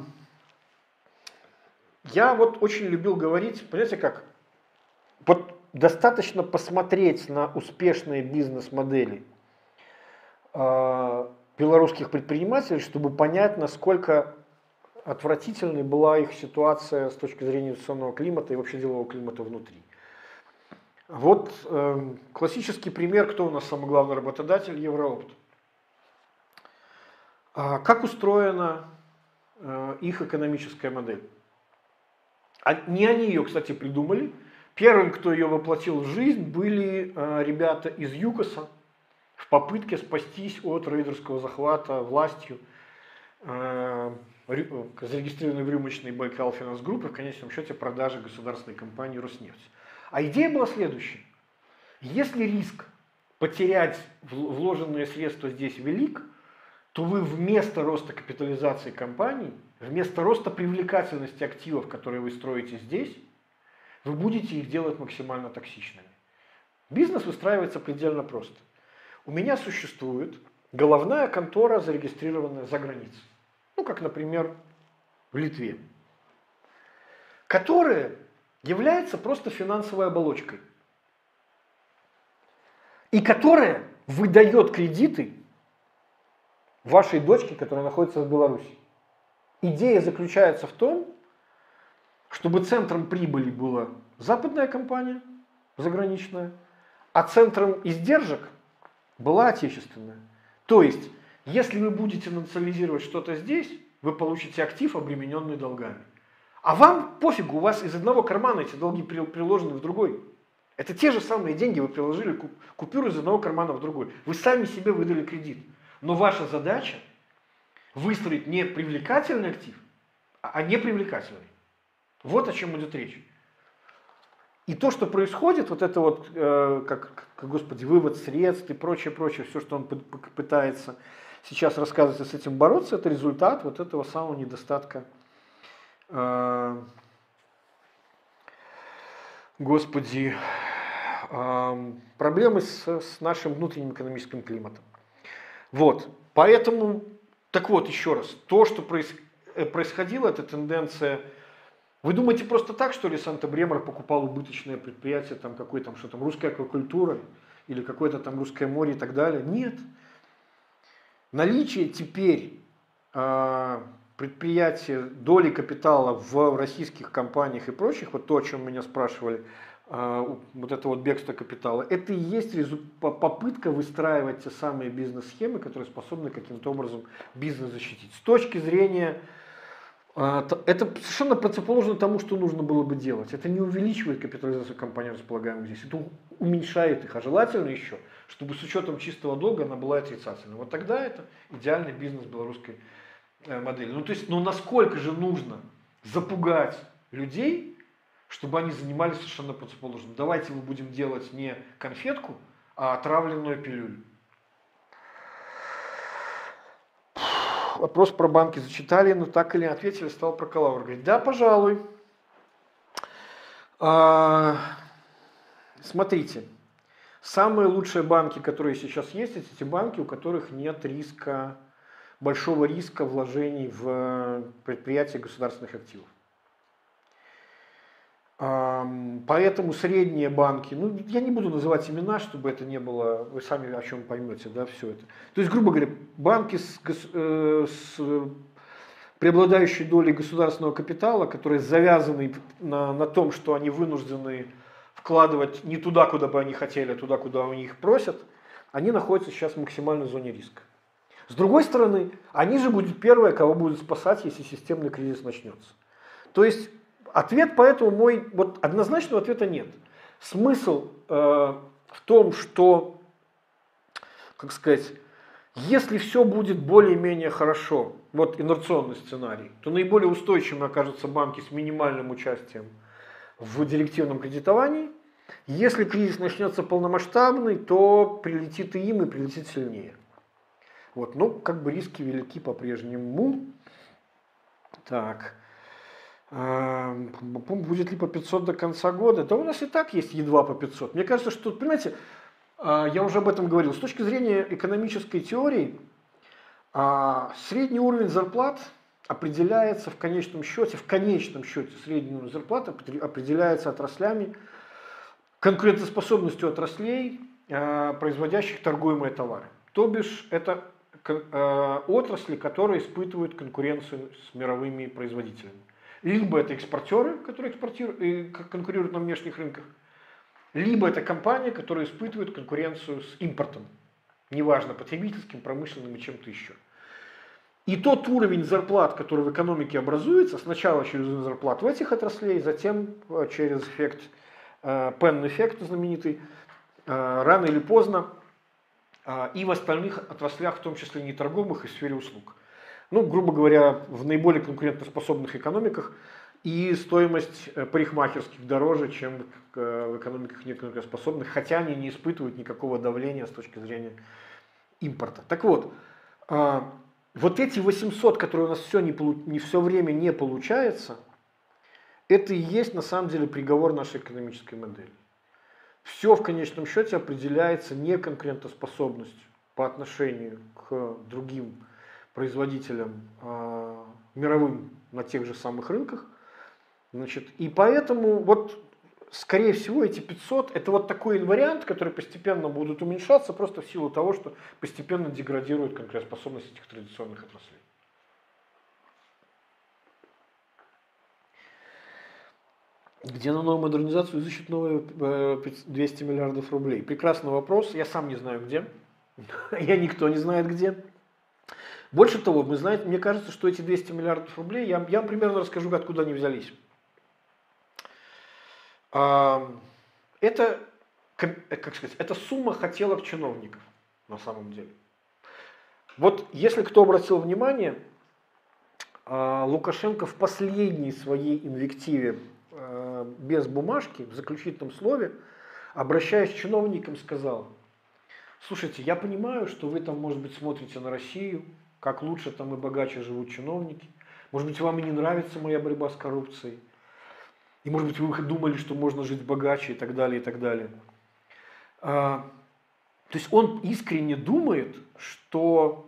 я вот очень любил говорить, понимаете как, вот достаточно посмотреть на успешные бизнес-модели белорусских предпринимателей, чтобы понять, насколько отвратительной была их ситуация с точки зрения инвестиционного климата и вообще делового климата внутри. Вот э, классический пример, кто у нас самый главный работодатель, Евроопт. А как устроена э, их экономическая модель? А, не они ее, кстати, придумали. Первым, кто ее воплотил в жизнь, были э, ребята из ЮКОСа, в попытке спастись от рейдерского захвата властью, э, зарегистрированной в рюмочной Байкал Финанс Групп и в конечном счете продажи государственной компании Роснефть. А идея была следующая. Если риск потерять вложенные средства здесь велик, то вы вместо роста капитализации компаний, вместо роста привлекательности активов, которые вы строите здесь, вы будете их делать максимально токсичными. Бизнес выстраивается предельно просто. У меня существует головная контора, зарегистрированная за границей. Ну, как, например, в Литве. Которая является просто финансовой оболочкой. И которая выдает кредиты вашей дочке, которая находится в Беларуси. Идея заключается в том, чтобы центром прибыли была западная компания, заграничная, а центром издержек была отечественная. То есть, если вы будете национализировать что-то здесь, вы получите актив, обремененный долгами. А вам пофигу, у вас из одного кармана эти долги приложены в другой. Это те же самые деньги, вы приложили купюру из одного кармана в другой. Вы сами себе выдали кредит. Но ваша задача выстроить не привлекательный актив, а непривлекательный. Вот о чем идет речь. И то, что происходит, вот это вот, э, как, как, господи, вывод средств и прочее, прочее, все, что он пытается сейчас рассказывать и с этим бороться, это результат вот этого самого недостатка, э, господи, э, проблемы с, с нашим внутренним экономическим климатом. Вот, поэтому, так вот, еще раз, то, что проис, происходило, эта тенденция. Вы думаете просто так, что ли, Санта-Бремор покупал убыточное предприятие, там какой там, что там, русская аквакультура или какое-то там русское море и так далее? Нет. Наличие теперь э, предприятия, доли капитала в российских компаниях и прочих, вот то, о чем меня спрашивали, э, вот это вот бегство капитала, это и есть попытка выстраивать те самые бизнес-схемы, которые способны каким-то образом бизнес защитить. С точки зрения... Это совершенно противоположно тому, что нужно было бы делать. Это не увеличивает капитализацию компаний, располагаемых здесь. Это уменьшает их. А желательно еще, чтобы с учетом чистого долга она была отрицательной. Вот тогда это идеальный бизнес белорусской модели. Ну, то есть, ну насколько же нужно запугать людей, чтобы они занимались совершенно противоположным. Давайте мы будем делать не конфетку, а отравленную пилюлю. Вопрос про банки зачитали, но так или не ответили, стал про Калавр говорить. Да, пожалуй. А, смотрите, самые лучшие банки, которые сейчас есть, это те банки, у которых нет риска, большого риска вложений в предприятия государственных активов. А, поэтому средние банки, ну я не буду называть имена, чтобы это не было, вы сами о чем поймете, да, все это. То есть, грубо говоря, банки с, э, с преобладающей долей государственного капитала, которые завязаны на, на том, что они вынуждены вкладывать не туда, куда бы они хотели, а туда, куда они их просят, они находятся сейчас в максимальной зоне риска. С другой стороны, они же будут первые, кого будут спасать, если системный кризис начнется. То есть ответ поэтому мой, вот однозначного ответа нет. Смысл э, в том, что, как сказать, если все будет более-менее хорошо, вот инерционный сценарий, то наиболее устойчивыми окажутся банки с минимальным участием в директивном кредитовании. Если кризис начнется полномасштабный, то прилетит и им, и прилетит сильнее. Вот, ну, как бы риски велики по-прежнему. Так. Будет ли по пятьсот до конца года? Да у нас и так есть едва по пятьсот. Мне кажется, что, понимаете, я уже об этом говорил. С точки зрения экономической теории, средний уровень зарплат определяется в конечном счете, в конечном счете средний уровень зарплат определяется отраслями, конкурентоспособностью отраслей, производящих торгуемые товары. То бишь, это отрасли, которые испытывают конкуренцию с мировыми производителями. Либо это экспортеры, которые экспортируют, конкурируют на внешних рынках, либо это компании, которые испытывают конкуренцию с импортом. Неважно, потребительским, промышленным и чем-то еще. И тот уровень зарплат, который в экономике образуется, сначала через уровень зарплат в этих отраслей, затем через эффект, Пенн-эффект знаменитый, рано или поздно, и в остальных отраслях, в том числе неторговых и в сфере услуг. Ну, грубо говоря, в наиболее конкурентоспособных экономиках и стоимость парикмахерских дороже, чем в экономиках неконкурентоспособных, хотя они не испытывают никакого давления с точки зрения импорта. Так вот, вот эти восемьсот, которые у нас все, не, не все время не получается, это и есть на самом деле приговор нашей экономической модели. Все в конечном счете определяется не конкурентоспособностью по отношению к другим производителям э, мировым на тех же самых рынках. Значит, и поэтому вот, скорее всего, эти пятьсот это вот такой вариант, который постепенно будут уменьшаться просто в силу того, что постепенно деградирует конкурентоспособность этих традиционных отраслей. Где на новую модернизацию изыщут новые двести миллиардов рублей? Прекрасный вопрос. Я сам не знаю где. Я никто не знает где. Больше того, мы знаете, мне кажется, что эти двести миллиардов рублей, я, я вам примерно расскажу, откуда они взялись. Это, как сказать, это сумма хотелок чиновников на самом деле. Вот если кто обратил внимание, Лукашенко в последней своей инвективе без бумажки, в заключительном слове, обращаясь к чиновникам, сказал: слушайте, я понимаю, что вы там, может быть, смотрите на Россию, как лучше там и богаче живут чиновники. Может быть, вам и не нравится моя борьба с коррупцией. И, может быть, вы думали, что можно жить богаче и так далее, и так далее. А, то есть он искренне думает, что,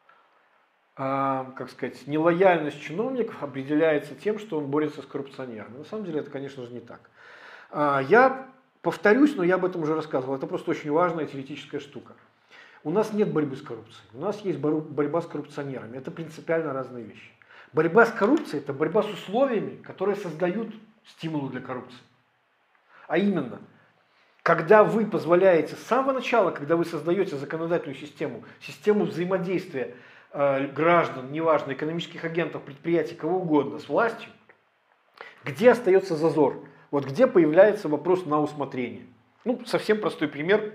а, как сказать, нелояльность чиновников определяется тем, что он борется с коррупционерами. На самом деле это, конечно же, не так. А, я повторюсь, но я об этом уже рассказывал. Это просто очень важная теоретическая штука. У нас нет борьбы с коррупцией. У нас есть борьба с коррупционерами. Это принципиально разные вещи. Борьба с коррупцией – это борьба с условиями, которые создают стимулы для коррупции. А именно, когда вы позволяете с самого начала, когда вы создаете законодательную систему, систему взаимодействия э, граждан, неважно, экономических агентов, предприятий, кого угодно, с властью, где остается зазор? Вот где появляется вопрос на усмотрение. Ну, совсем простой пример.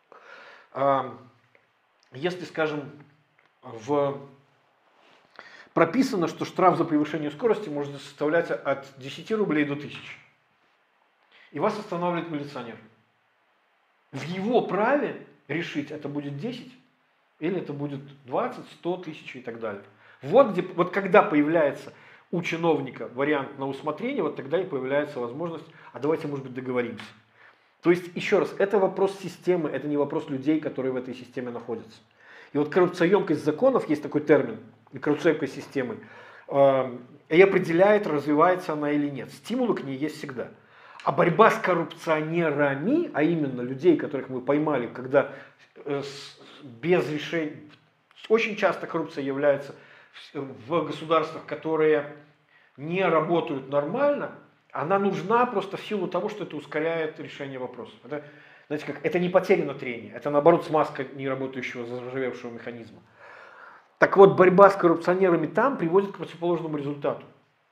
Если, скажем, в... прописано, что штраф за превышение скорости может составлять от десяти рублей до тысячи, и вас останавливает милиционер, в его праве решить, это будет десять, или это будет двадцать, сто тысяч и так далее. Вот, где, вот когда появляется у чиновника вариант на усмотрение, вот тогда и появляется возможность, а давайте, может быть, договоримся. То есть, еще раз, это вопрос системы, это не вопрос людей, которые в этой системе находятся. И вот коррупциоемкость законов, есть такой термин, коррупциоемкость системы, э, и определяет, развивается она или нет. Стимулы к ней есть всегда. А борьба с коррупционерами, а именно людей, которых мы поймали, когда э, без решения, очень часто коррупция является в государствах, которые не работают нормально, она нужна просто в силу того, что это ускоряет решение вопросов. Это, знаете, как, это не потеря на трение, это наоборот смазка неработающего, заржавевшего механизма. Так вот, борьба с коррупционерами там приводит к противоположному результату.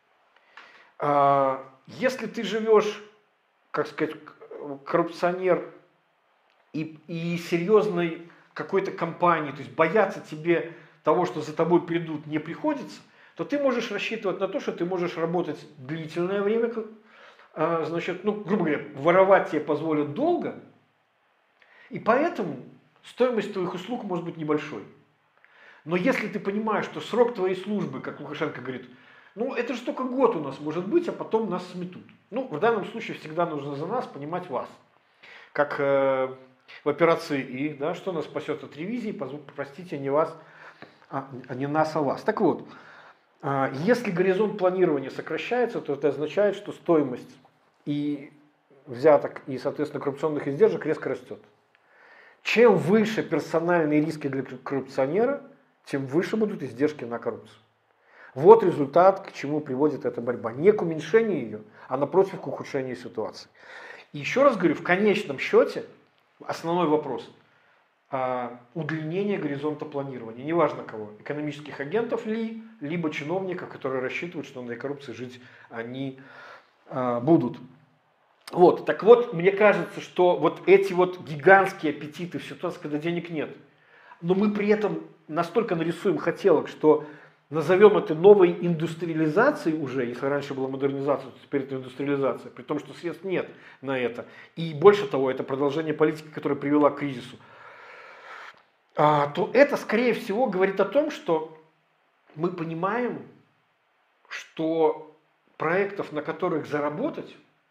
Если ты живешь, как сказать, коррупционер и, и серьезной какой-то компании, то есть бояться тебе того, что за тобой придут, не приходится, то ты можешь рассчитывать на то, что ты можешь работать длительное время, значит, ну, грубо говоря, воровать тебе позволят долго, и поэтому стоимость твоих услуг может быть небольшой. Но если ты понимаешь, что срок твоей службы, как Лукашенко говорит, ну это же только год у нас может быть, а потом нас сметут. Ну, в данном случае всегда нужно за нас понимать вас. Как э, в операции И, да, что нас спасет от ревизии, простите, не вас, а, не нас, а вас. Так вот, э, если горизонт планирования сокращается, то это означает, что стоимость и взяток, и, соответственно, коррупционных издержек резко растет. Чем выше персональные риски для коррупционера, тем выше будут издержки на коррупцию. Вот результат, к чему приводит эта борьба. Не к уменьшению ее, а напротив, к ухудшению ситуации. И еще раз говорю, в конечном счете, основной вопрос а, – удлинение горизонта планирования. Неважно кого, экономических агентов ли, либо чиновников, которые рассчитывают, что на коррупции жить они а, будут. Вот, так вот, мне кажется, что вот эти вот гигантские аппетиты в ситуации, когда денег нет, но мы при этом настолько нарисуем хотелок, что назовем это новой индустриализацией уже, если раньше была модернизация, то теперь это индустриализация, при том, что средств нет на это. И больше того, это продолжение политики, которая привела к кризису. А, то это, скорее всего, говорит о том, что мы понимаем, что проектов, на которых заработать,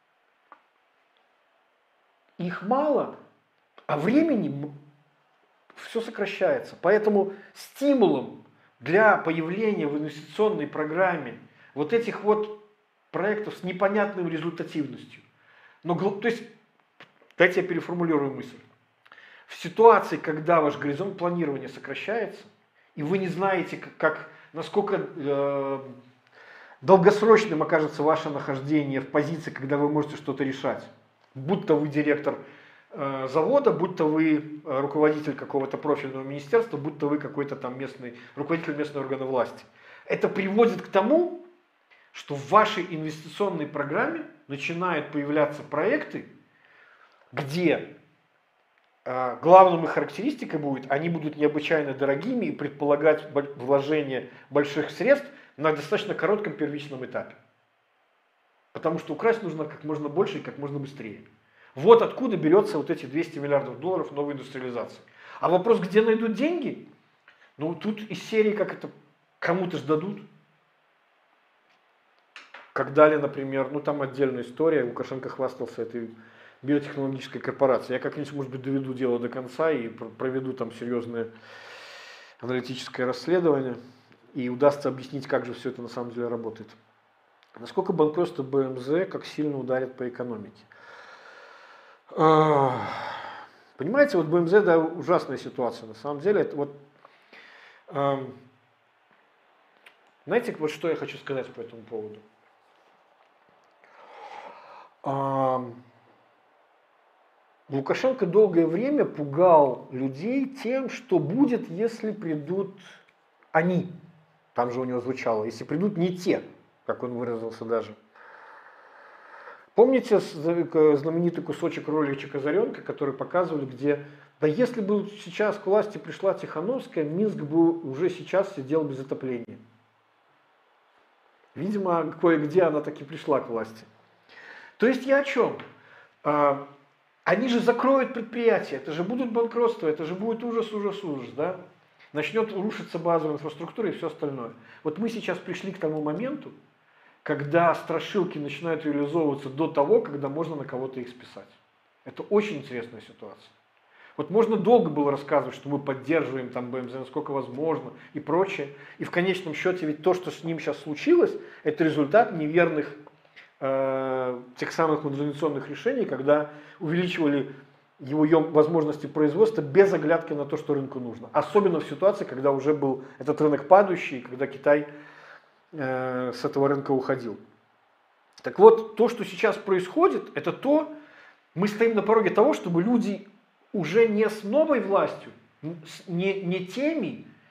их мало, а времени все сокращается. Поэтому стимулом для появления в инвестиционной программе вот этих вот проектов с непонятной результативностью. Но, то есть, дайте я переформулирую мысль. В ситуации, когда ваш горизонт планирования сокращается, и вы не знаете, как, как, насколько э, долгосрочным окажется ваше нахождение в позиции, когда вы можете что-то решать, будь то вы директор э, завода, будь то вы э, руководитель какого-то профильного министерства, будь то вы какой-то там местный руководитель местного органа власти. Это приводит к тому, что в вашей инвестиционной программе начинают появляться проекты, где э, главной их характеристикой будет, они будут необычайно дорогими и предполагать вложение больших средств на достаточно коротком первичном этапе. Потому что украсть нужно как можно больше и как можно быстрее. Вот откуда берется вот эти двести миллиардов долларов новой индустриализации. А вопрос, где найдут деньги? Ну, тут из серии, как это, кому-то ж дадут. Как дали, например, ну там отдельная история, Лукашенко хвастался этой биотехнологической корпорацией. Я как-нибудь, может быть, доведу дело до конца и проведу там серьезное аналитическое расследование. И удастся объяснить, как же все это на самом деле работает. Насколько банкротство бэ эм зэ как сильно ударит по экономике? Понимаете, вот бэ эм зэ, да, ужасная ситуация на самом деле. Это вот, знаете, вот что я хочу сказать по этому поводу? Лукашенко долгое время пугал людей тем, что будет, если придут они. Там же у него звучало, если придут не те, как он выразился даже. Помните знаменитый кусочек ролика Козыренка, который показывали, где, да если бы сейчас к власти пришла Тихановская, Минск бы уже сейчас сидел без отопления. Видимо, кое-где она таки пришла к власти. То есть я о чем? А, они же закроют предприятия, это же будут банкротства, это же будет ужас, ужас, ужас, да? Начнет рушиться базовая инфраструктура и все остальное. Вот мы сейчас пришли к тому моменту, когда страшилки начинают реализовываться до того, когда можно на кого-то их списать. Это очень интересная ситуация. Вот можно долго было рассказывать, что мы поддерживаем там бэ эм зэ, насколько возможно и прочее. И в конечном счете ведь то, что с ним сейчас случилось, это результат неверных э, тех самых модернизационных решений, когда увеличивали его возможности производства без оглядки на то, что рынку нужно. Особенно в ситуации, когда уже был этот рынок падающий, когда Китай э, с этого рынка уходил. Так вот, то, что сейчас происходит, это то, мы стоим на пороге того, чтобы люди уже не с новой властью, не, не теми,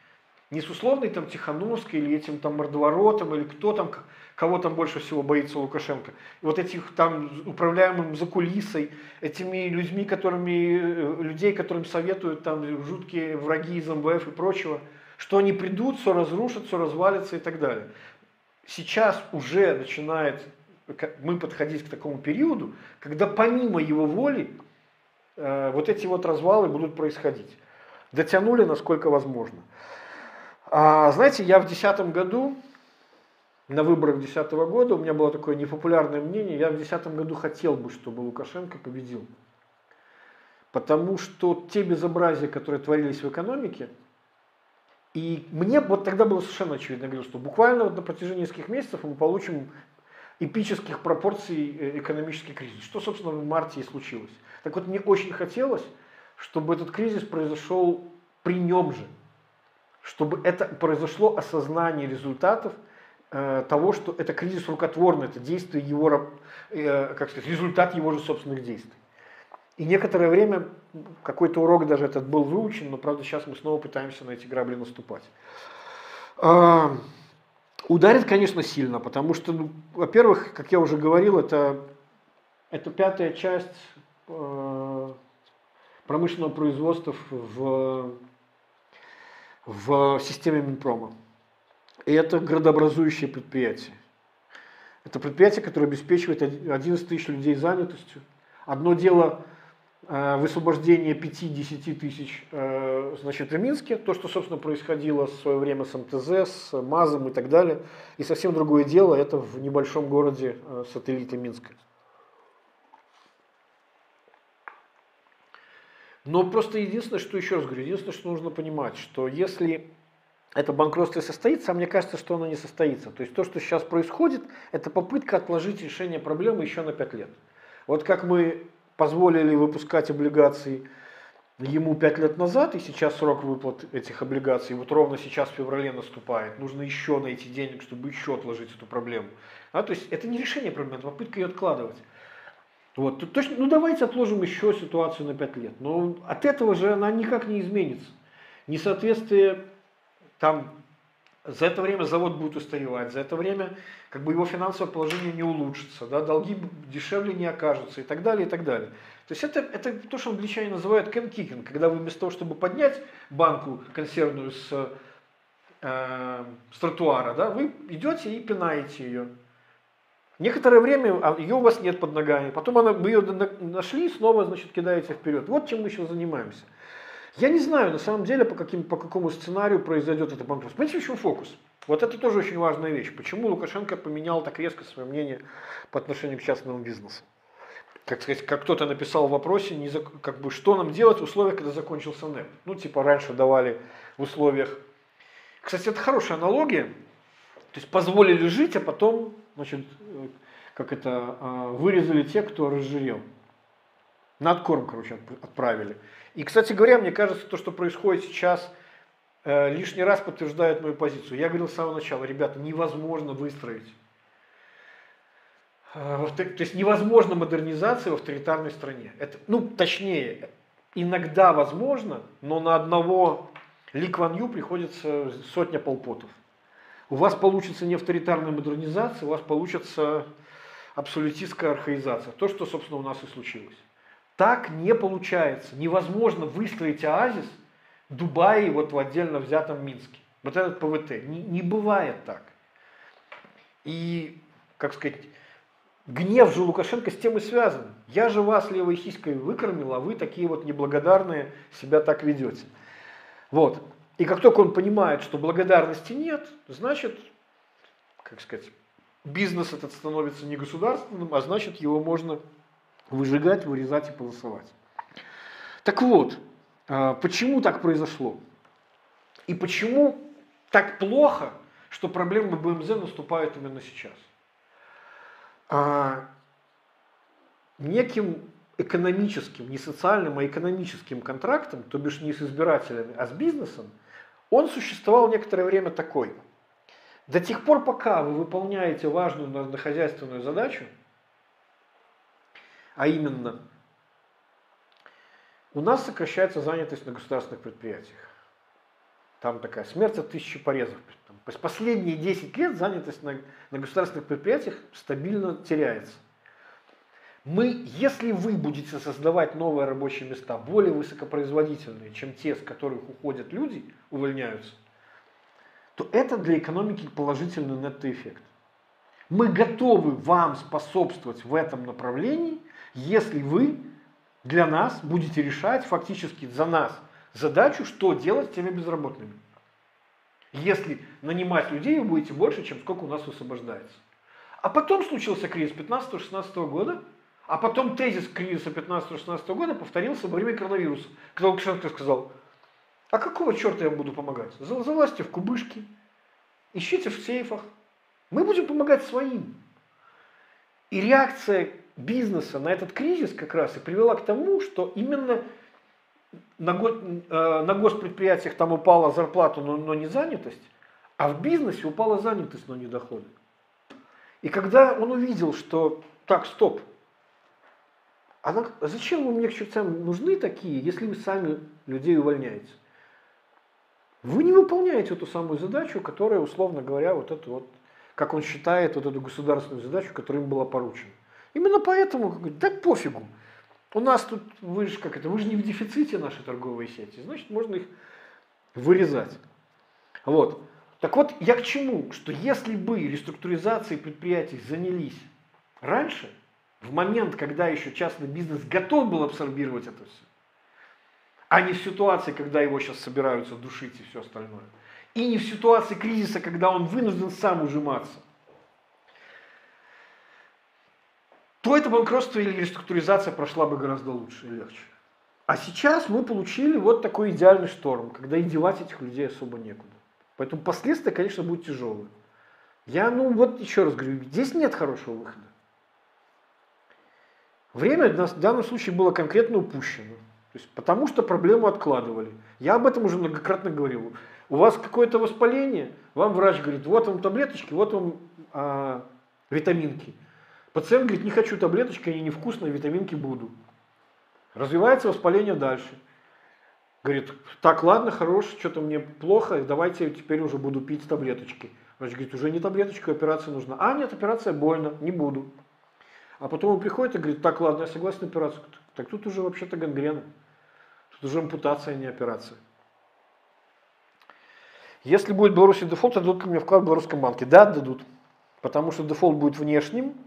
Не с условной там Тихановской или этим там мордоворотом, или кто там, кого там больше всего боится Лукашенко. И вот этих там управляемым за кулисой, этими людьми, которыми, людей, которым советуют там жуткие враги из эм вэ эф и прочего, что они придут, все разрушат, все развалится и так далее. Сейчас уже начинает мы подходить к такому периоду, когда помимо его воли э, вот эти вот развалы будут происходить. Дотянули, насколько возможно. А, знаете, я в две тысячи десятом году, на выборах две тысячи десятого года, у меня было такое непопулярное мнение, я в две тысячи десятом году хотел бы, чтобы Лукашенко победил. Потому что те безобразия, которые творились в экономике, и мне вот тогда было совершенно очевидно, говорил, что буквально вот на протяжении нескольких месяцев мы получим эпических пропорций экономический кризис, что, собственно, в марте и случилось. Так вот, мне очень хотелось, чтобы этот кризис произошел при нем же, чтобы это произошло осознание результатов э, того, что это кризис рукотворный, это действие его, э, как сказать, результат его же собственных действий. И некоторое время какой-то урок даже этот был выучен, но, правда, сейчас мы снова пытаемся на эти грабли наступать. Э, ударит, конечно, сильно, потому что, ну, во-первых, как я уже говорил, это, это пятая часть э, промышленного производства в в системе Минпрома. И это градообразующее предприятие. Это предприятие, которое обеспечивает одиннадцать тысяч людей занятостью. Одно дело э, высвобождение пяти-десяти тысяч э, значит, в Минске, то, что, собственно, происходило в свое время с эм тэ зэ, с МАЗом и так далее. И совсем другое дело это в небольшом городе э, сателлите Минска. Но просто единственное, что еще раз говорю, единственное, что нужно понимать, что если это банкротство состоится, а мне кажется, что оно не состоится. То есть то, что сейчас происходит, это попытка отложить решение проблемы еще на пять лет. Вот как мы позволили выпускать облигации ему пять лет назад, и сейчас срок выплат этих облигаций, вот ровно сейчас в феврале наступает, нужно еще найти денег, чтобы еще отложить эту проблему. А, то есть это не решение проблемы, это попытка ее откладывать. Вот, то, точно, ну давайте отложим еще ситуацию на пять лет. Но от этого же она никак не изменится. Несоответствие, там, за это время завод будет устаревать, за это время как бы его финансовое положение не улучшится, да, долги дешевле не окажутся и так далее, и так далее. То есть это, это то, что англичане называют can-kicking, когда вы вместо того, чтобы поднять банку консервную с, э, с тротуара, да, вы идете и пинаете ее. Некоторое время ее у вас нет под ногами, потом она, вы ее нашли, снова, значит, кидаете вперед. Вот чем мы сейчас занимаемся. Я не знаю, на самом деле, по, каким, по какому сценарию произойдет это банкротство. Понимаете, в чем фокус? Вот это тоже очень важная вещь. Почему Лукашенко поменял так резко свое мнение по отношению к частному бизнесу? Как сказать, как кто-то написал в вопросе, не за, как бы, что нам делать в условиях, когда закончился НЭП. Ну, типа, раньше давали в условиях... Кстати, это хорошая аналогия. То есть позволили жить, а потом, значит, как это, вырезали те, кто разжирел. На откорм, короче, отправили. И, кстати говоря, мне кажется, то, что происходит сейчас, лишний раз подтверждает мою позицию. Я говорил с самого начала, ребята, невозможно выстроить. То есть невозможно модернизация в авторитарной стране. Это, ну, точнее, иногда возможно, но на одного Ли Кван Ю приходится сотня полпотов. У вас получится не авторитарная модернизация, у вас получится абсолютистская архаизация. То, что, собственно, у нас и случилось. Так не получается. Невозможно выстроить оазис Дубаи вот в отдельно взятом Минске. Вот этот пэ вэ тэ. Не, не бывает так. И, как сказать, гнев же Лукашенко с тем и связан. Я же вас левой сиськой выкормил, а вы такие вот неблагодарные себя так ведете. Вот. И как только он понимает, что благодарности нет, значит, как сказать, бизнес этот становится не государственным, а значит, его можно выжигать, вырезать и полосовать. Так вот, почему так произошло? И почему так плохо, что проблемы бэ эм зэ наступают именно сейчас? Неким экономическим, не социальным, а экономическим контрактом, то бишь не с избирателями, а с бизнесом, он существовал некоторое время такой. До тех пор, пока вы выполняете важную народнохозяйственную задачу, а именно, у нас сокращается занятость на государственных предприятиях. Там такая смерть от тысячи порезов. Там, последние десять лет занятость на, на государственных предприятиях стабильно теряется. Мы, если вы будете создавать новые рабочие места, более высокопроизводительные, чем те, с которых уходят люди, увольняются, то это для экономики положительный нетто-эффект. Мы готовы вам способствовать в этом направлении, если вы для нас будете решать фактически за нас задачу, что делать с теми безработными. Если нанимать людей вы будете больше, чем сколько у нас высвобождается. А потом случился кризис пятнадцатого-шестнадцатого года, а потом тезис кризиса пятнадцатого-шестнадцатого года повторился во время коронавируса, когда Лукашенко сказал: а какого черта я вам буду помогать? Залазьте в кубышки, ищите в сейфах. Мы будем помогать своим. И реакция бизнеса на этот кризис как раз и привела к тому, что именно на, го, э, на госпредприятиях там упала зарплата, но, но не занятость, а в бизнесе упала занятость, но не доходы. И когда он увидел, что так, стоп, а зачем вы мне к чертям нужны такие, если вы сами людей увольняете? Вы не выполняете эту самую задачу, которая, условно говоря, вот эту вот, как он считает, вот эту государственную задачу, которая им была поручена. Именно поэтому, да пофигу. У нас тут, вы же как это, вы же не в дефиците наши торговые сети, значит, можно их вырезать. Вот. Так вот, я к чему? Что если бы реструктуризацией предприятий занялись раньше, в момент, когда еще частный бизнес готов был абсорбировать это все, а не в ситуации, когда его сейчас собираются душить и все остальное, и не в ситуации кризиса, когда он вынужден сам ужиматься, то это банкротство или реструктуризация прошла бы гораздо лучше и легче. А сейчас мы получили вот такой идеальный шторм, когда и девать этих людей особо некуда. Поэтому последствия, конечно, будут тяжелые. Я, ну вот еще раз говорю, здесь нет хорошего выхода. Время в данном случае было конкретно упущено. То есть, потому что проблему откладывали. Я об этом уже многократно говорил. У вас какое-то воспаление, вам врач говорит, вот вам таблеточки, вот вам а, витаминки. Пациент говорит, не хочу таблеточки, они невкусные, витаминки буду. Развивается воспаление дальше. Говорит, так, ладно, хорош, что-то мне плохо, давайте теперь уже буду пить таблеточки. Врач говорит, уже не таблеточка, операция нужна. А, нет, операция больно, не буду. А потом он приходит и говорит, так, ладно, я согласен на операцию. Так тут уже вообще-то гангрена. Тут уже ампутация, а не операция. Если будет в Беларуси дефолт, дадут ко мне вклад в белорусском банке. Да, дадут. Потому что дефолт будет внешним.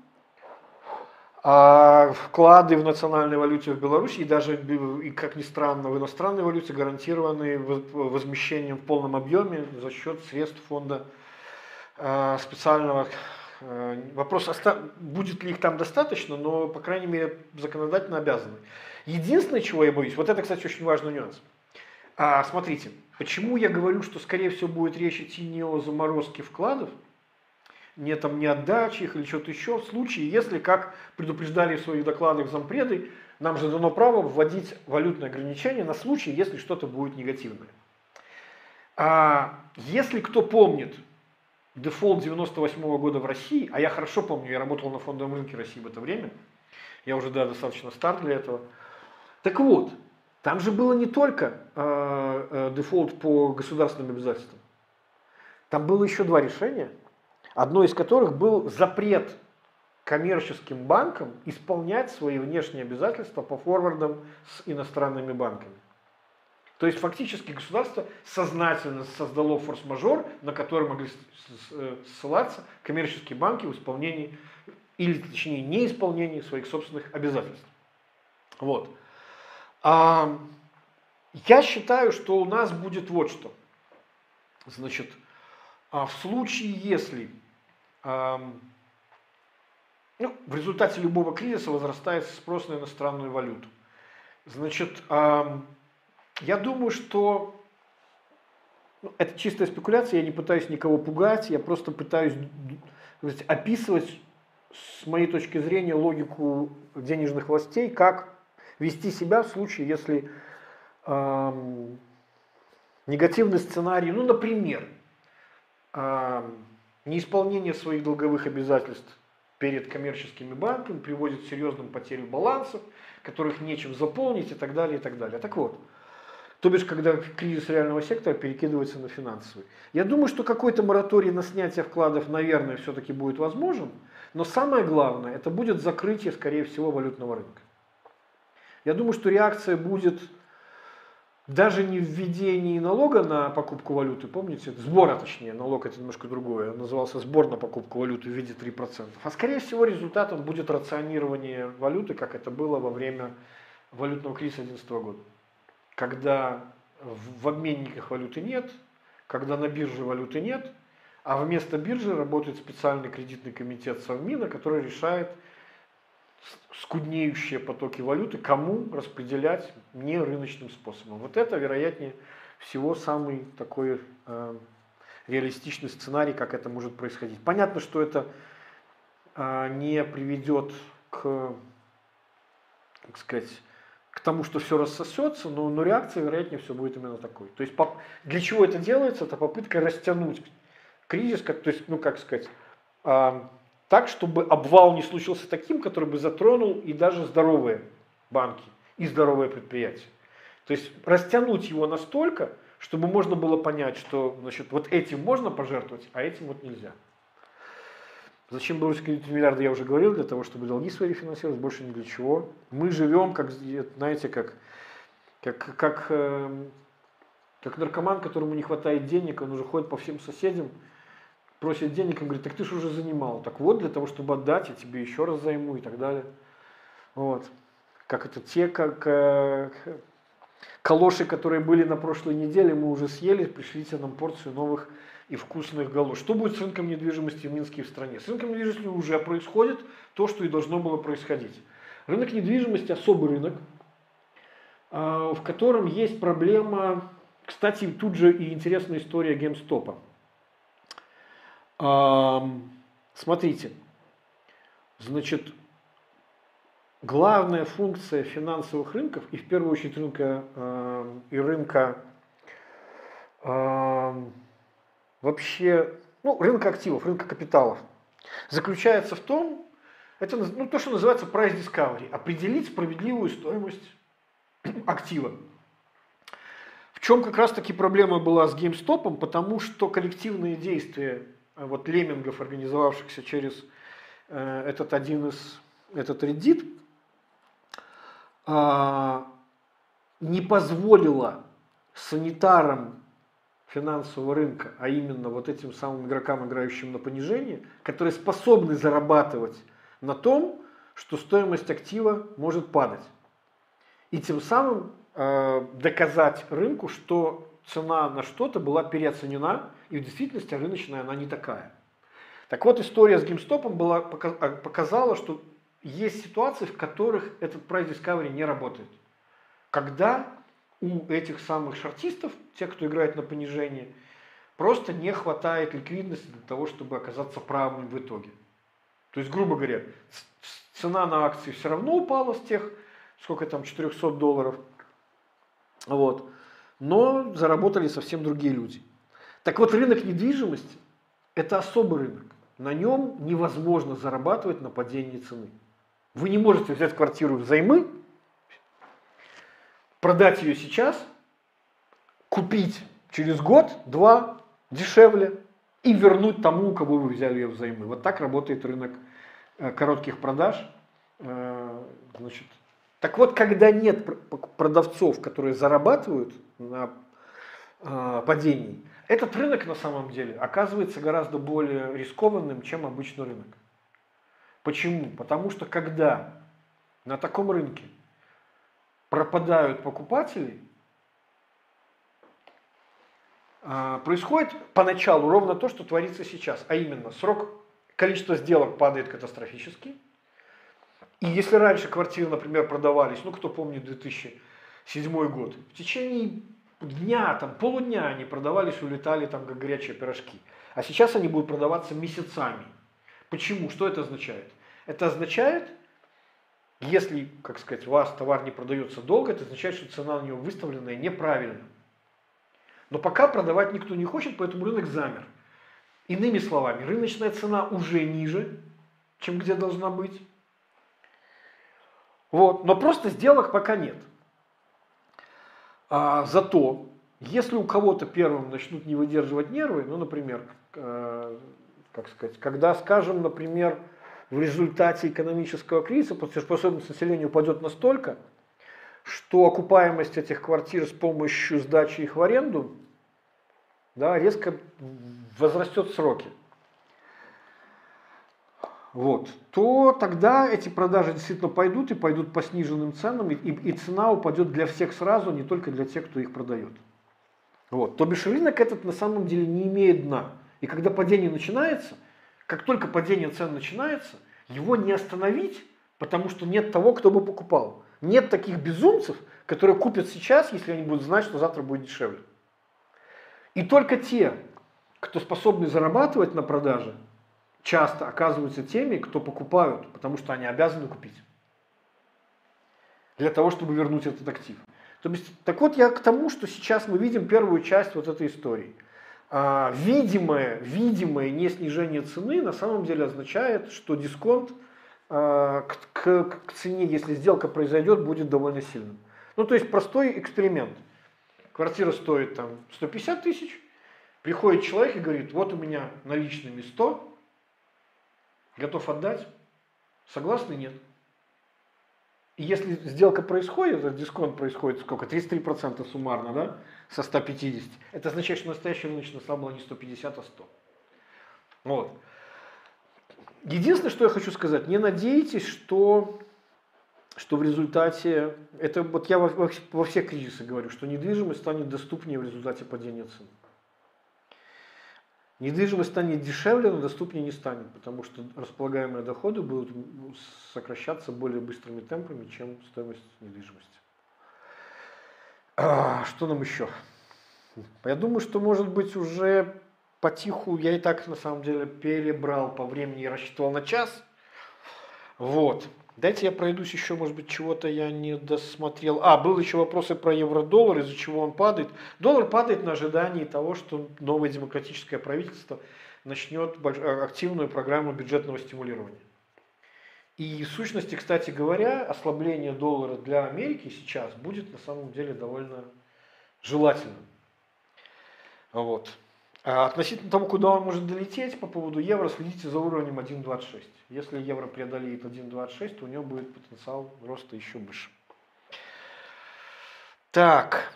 А вклады в национальной валюте в Беларуси, и даже, и как ни странно, в иностранной валюте гарантированы возмещением в полном объеме за счет средств фонда э, специального. Э, вопрос, будет ли их там достаточно, но, по крайней мере, законодательно обязаны. Единственное, чего я боюсь, вот это, кстати, очень важный нюанс. А, смотрите, почему я говорю, что, скорее всего, будет речь идти не о заморозке вкладов, не, там, не отдачи их или что-то еще, в случае, если, как предупреждали в своих докладах зампреды, нам же дано право вводить валютные ограничения на случай, если что-то будет негативное. А если кто помнит дефолт девяносто восьмого года в России, а я хорошо помню, я работал на фондовом рынке России в это время, я уже да, достаточно стар для этого. Так вот, там же было не только э, э, дефолт по государственным обязательствам, там было еще два решения. Одно из которых был запрет коммерческим банкам исполнять свои внешние обязательства по форвардам с иностранными банками. То есть фактически государство сознательно создало форс-мажор, на который могли ссылаться коммерческие банки в исполнении, или точнее неисполнении своих собственных обязательств. Вот. А, я считаю, что у нас будет вот что. Значит, в случае, если ну, в результате любого кризиса возрастает спрос на иностранную валюту. Значит, я думаю, что ну, это чистая спекуляция, я не пытаюсь никого пугать, я просто пытаюсь сказать, описывать, с моей точки зрения, логику денежных властей, как вести себя в случае, если эм, негативный сценарий, ну, например, эм, неисполнение своих долговых обязательств перед коммерческими банками приводит к серьезным потерям балансов, которых нечем заполнить и так далее, и так далее. Так вот, То бишь, когда кризис реального сектора перекидывается на финансовый. Я думаю, что какой-то мораторий на снятие вкладов, наверное, все-таки будет возможен, но самое главное, это будет закрытие, скорее всего, валютного рынка. Я думаю, что реакция будет даже не в введении налога на покупку валюты, помните, сбора точнее, налог это немножко другое, он назывался сбор на покупку валюты в виде три процента, а скорее всего результатом будет рационирование валюты, как это было во время валютного кризиса две тысячи одиннадцатого года, когда в обменниках валюты нет, когда на бирже валюты нет, а вместо биржи работает специальный кредитный комитет Совмина, который решает скуднеющие потоки валюты, кому распределять не рыночным способом. Вот это, вероятнее всего, самый такой э, реалистичный сценарий, как это может происходить. Понятно, что это э, не приведет к, как сказать, к тому, что все рассосется, но, но реакция, вероятнее, все будет именно такой. То есть поп, для чего это делается? Это попытка растянуть кризис, как, то есть, ну как сказать, э, так, чтобы обвал не случился таким, который бы затронул и даже здоровые банки, и здоровые предприятия. То есть растянуть его настолько, чтобы можно было понять, что значит, вот этим можно пожертвовать, а этим вот нельзя. Зачем белорусские кредитные миллиарды, я уже говорил, для того, чтобы долги свои финансировать, больше ни для чего. Мы живем, как, знаете, как, как, как, э, как наркоман, которому не хватает денег, он уже ходит по всем соседям, просит денег, он говорит, так ты же уже занимал. Так вот, для того, чтобы отдать, я тебе еще раз займу и так далее. Вот. Как это, те как, э, калоши, которые были на прошлой неделе, мы уже съели, пришлите нам порцию новых и вкусных галош. Что будет с рынком недвижимости в Минске и в стране? С рынком недвижимости уже происходит то, что и должно было происходить. Рынок недвижимости особый рынок, э, в котором есть проблема, кстати, тут же и интересная история GameStop. Смотрите, значит, главная функция финансовых рынков, и в первую очередь рынка, и рынка вообще, ну, рынка активов, рынка капиталов, заключается в том, это ну, то, что называется price discovery, определить справедливую стоимость актива. В чем как раз таки проблема была с GameStop, потому что коллективные действия вот леммингов, организовавшихся через э, этот один из, этот Reddit, э, не позволило санитарам финансового рынка, а именно вот этим самым игрокам, играющим на понижение, которые способны зарабатывать на том, что стоимость актива может падать. И тем самым э, доказать рынку, что цена на что-то была переоценена, и в действительности рыночная она не такая. Так вот, история с GameStop была, показала, что есть ситуации, в которых этот price discovery не работает. Когда у этих самых шортистов, тех, кто играет на понижение, просто не хватает ликвидности для того, чтобы оказаться правыми в итоге. То есть, грубо говоря, цена на акции все равно упала с тех, сколько там, четырехсот долларов. Вот. Но заработали совсем другие люди. Так вот, рынок недвижимости – это особый рынок. На нем невозможно зарабатывать на падении цены. Вы не можете взять квартиру взаймы, продать ее сейчас, купить через год, два, дешевле, и вернуть тому, у кого вы взяли ее взаймы. Вот так работает рынок коротких продаж. Значит, так вот, когда нет продавцов, которые зарабатывают на э, падении, этот рынок на самом деле оказывается гораздо более рискованным, чем обычный рынок. Почему? Потому что когда на таком рынке пропадают покупатели, э, происходит поначалу ровно то, что творится сейчас, а именно срок, количество сделок падает катастрофически. И если раньше квартиры, например, продавались, ну кто помнит две тысячи седьмой год, в течение дня, там, полудня они продавались, улетали там как горячие пирожки. А сейчас они будут продаваться месяцами. Почему? Что это означает? Это означает, если, как сказать, у вас товар не продается долго, это означает, что цена на него выставленная неправильно. Но пока продавать никто не хочет, поэтому рынок замер. Иными словами, рыночная цена уже ниже, чем где должна быть. Вот. Но просто сделок пока нет. А зато, если у кого-то первым начнут не выдерживать нервы, ну, например, э, как сказать, когда, скажем, например, в результате экономического кризиса платежеспособность населения упадет настолько, что окупаемость этих квартир с помощью сдачи их в аренду, да, резко возрастет сроки, вот, то тогда эти продажи действительно пойдут и пойдут по сниженным ценам, и, и цена упадет для всех сразу, не только для тех, кто их продает. Вот. То бишь рынок этот на самом деле не имеет дна. И когда падение начинается, как только падение цен начинается, его не остановить, потому что нет того, кто бы покупал. Нет таких безумцев, которые купят сейчас, если они будут знать, что завтра будет дешевле. И только те, кто способны зарабатывать на продаже, часто оказываются теми, кто покупают, потому что они обязаны купить. Для того, чтобы вернуть этот актив. То есть, так вот я к тому, что сейчас мы видим первую часть вот этой истории. А, видимое, видимое не снижение цены на самом деле означает, что дисконт а, к, к, к цене, если сделка произойдет, будет довольно сильным. Ну то есть простой эксперимент. Квартира стоит там сто пятьдесят тысяч, приходит человек и говорит, вот у меня наличными сто, готов отдать, согласны? Нет. И если сделка происходит, этот дисконт происходит сколько? тридцать три процента суммарно, да? Со ста пятидесяти. Это означает, что настоящая рыночная цена была не сто пятьдесят, а сто. Вот. Единственное, что я хочу сказать, не надейтесь, что, что в результате, это вот я во, во, во всех кризисах говорю, что недвижимость станет доступнее в результате падения цен. Недвижимость станет дешевле, но доступнее не станет, потому что располагаемые доходы будут сокращаться более быстрыми темпами, чем стоимость недвижимости. А, что нам еще? Я думаю, что может быть уже потиху, я и так на самом деле перебрал по времени и рассчитывал на час. Вот. Дайте я пройдусь еще, может быть, чего-то я не досмотрел. А, был еще вопросы про евро-доллар, из-за чего он падает. Доллар падает на ожидании того, что новое демократическое правительство начнет активную программу бюджетного стимулирования. И в сущности, кстати говоря, ослабление доллара для Америки сейчас будет на самом деле довольно желательным. Вот. А относительно того, куда он может долететь, по поводу евро, следите за уровнем один двадцать шесть. Если евро преодолеет один двадцать шесть, то у него будет потенциал роста еще выше. Так.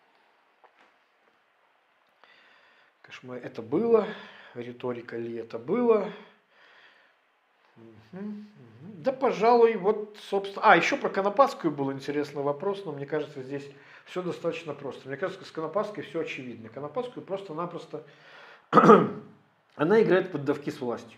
Кошмар, это было. Риторика ли это было? Угу, угу. Да, пожалуй, вот, собственно... А, еще про Конопадскую был интересный вопрос, но мне кажется, здесь все достаточно просто. Мне кажется, с Конопадской все очевидно. Конопадскую просто-напросто... Она играет в поддавки с властью.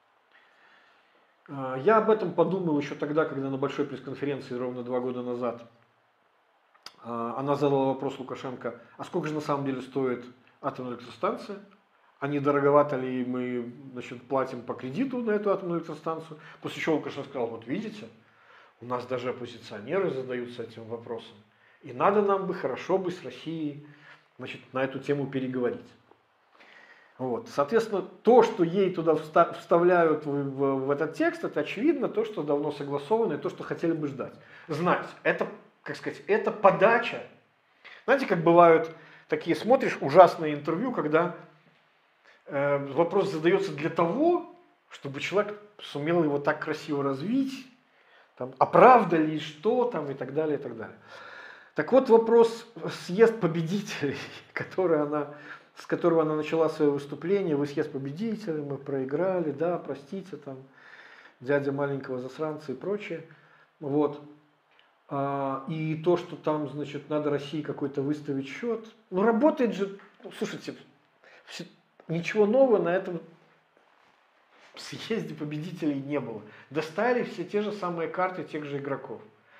Я об этом подумал еще тогда, когда на большой пресс-конференции ровно два года назад она задала вопрос Лукашенко, а сколько же на самом деле стоит атомная электростанция? А не дороговато ли мы, значит, платим по кредиту на эту атомную электростанцию? После чего Лукашенко сказал, вот видите, у нас даже оппозиционеры задаются этим вопросом. И надо нам бы, хорошо бы с Россией, значит, на эту тему переговорить. Вот. Соответственно, то, что ей туда вставляют в, в, в этот текст, это очевидно то, что давно согласовано, и то, что хотели бы ждать. Знать. Это, как сказать, это подача. Знаете, как бывают такие, смотришь ужасные интервью, когда э, вопрос задается для того, чтобы человек сумел его так красиво развить, там, а правда ли что там и так далее, и так далее. Так вот вопрос съезд победителей, который она... с которого она начала свое выступление, вы съезд победителей, мы проиграли, да, простите, там, дядя маленького засранца и прочее. Вот. А, и то, что там, значит, надо России какой-то выставить счет. Ну, работает же, ну, слушайте, все, ничего нового на этом съезде победителей не было. Достали все те же самые карты тех же игроков.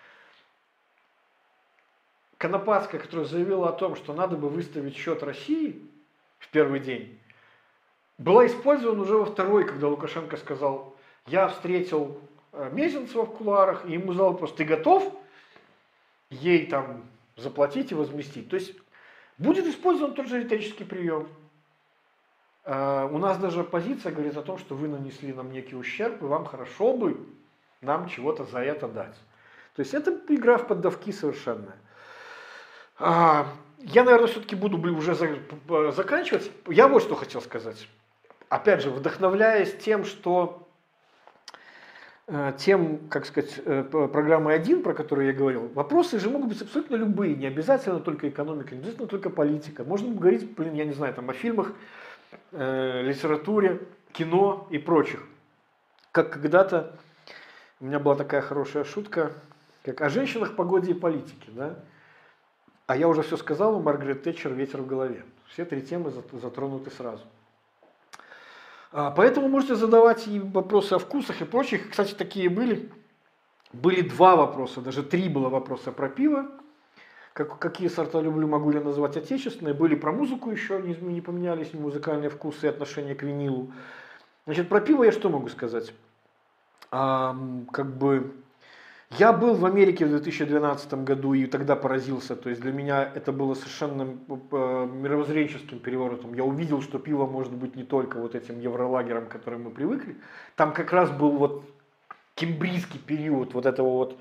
Конопадская, которая заявила о том, что надо бы выставить счет России в первый день, была использована уже во второй, когда Лукашенко сказал, я встретил Мезенцева в кулуарах, и ему задал вопрос, ты готов ей там заплатить и возместить? То есть будет использован тот же риторический прием. У нас даже оппозиция говорит о том, что вы нанесли нам некий ущерб, и вам хорошо бы нам чего-то за это дать. То есть это игра в поддавки совершенная. А, я, наверное, все-таки буду уже за- заканчивать. Я вот что хотел сказать. Опять же, вдохновляясь тем, что э, тем, как сказать, э, п- программой один, про которую я говорил, вопросы же могут быть абсолютно любые, не обязательно только экономика, не обязательно только политика. Можно говорить, блин, я не знаю, там, о фильмах, э, литературе, кино и прочих. Как когда-то у меня была такая хорошая шутка, как о женщинах, погоде и политике, да? А я уже все сказал, у Маргарет Тэтчер ветер в голове. Все три темы зат- затронуты сразу. А, Поэтому можете задавать и вопросы о вкусах и прочих. Кстати, такие были. Были два вопроса, даже три было вопроса про пиво. Как, какие сорта люблю, могу ли назвать отечественные. Были про музыку еще, не, не поменялись музыкальные вкусы и отношения к винилу. Значит, про пиво я что могу сказать? А, как бы я был в Америке в две тысячи двенадцатом году и тогда поразился. То есть для меня это было совершенно э, мировоззренческим переворотом. Я увидел, что пиво может быть не только вот этим евролагером, к которому мы привыкли. Там как раз был вот кембрийский период вот этого вот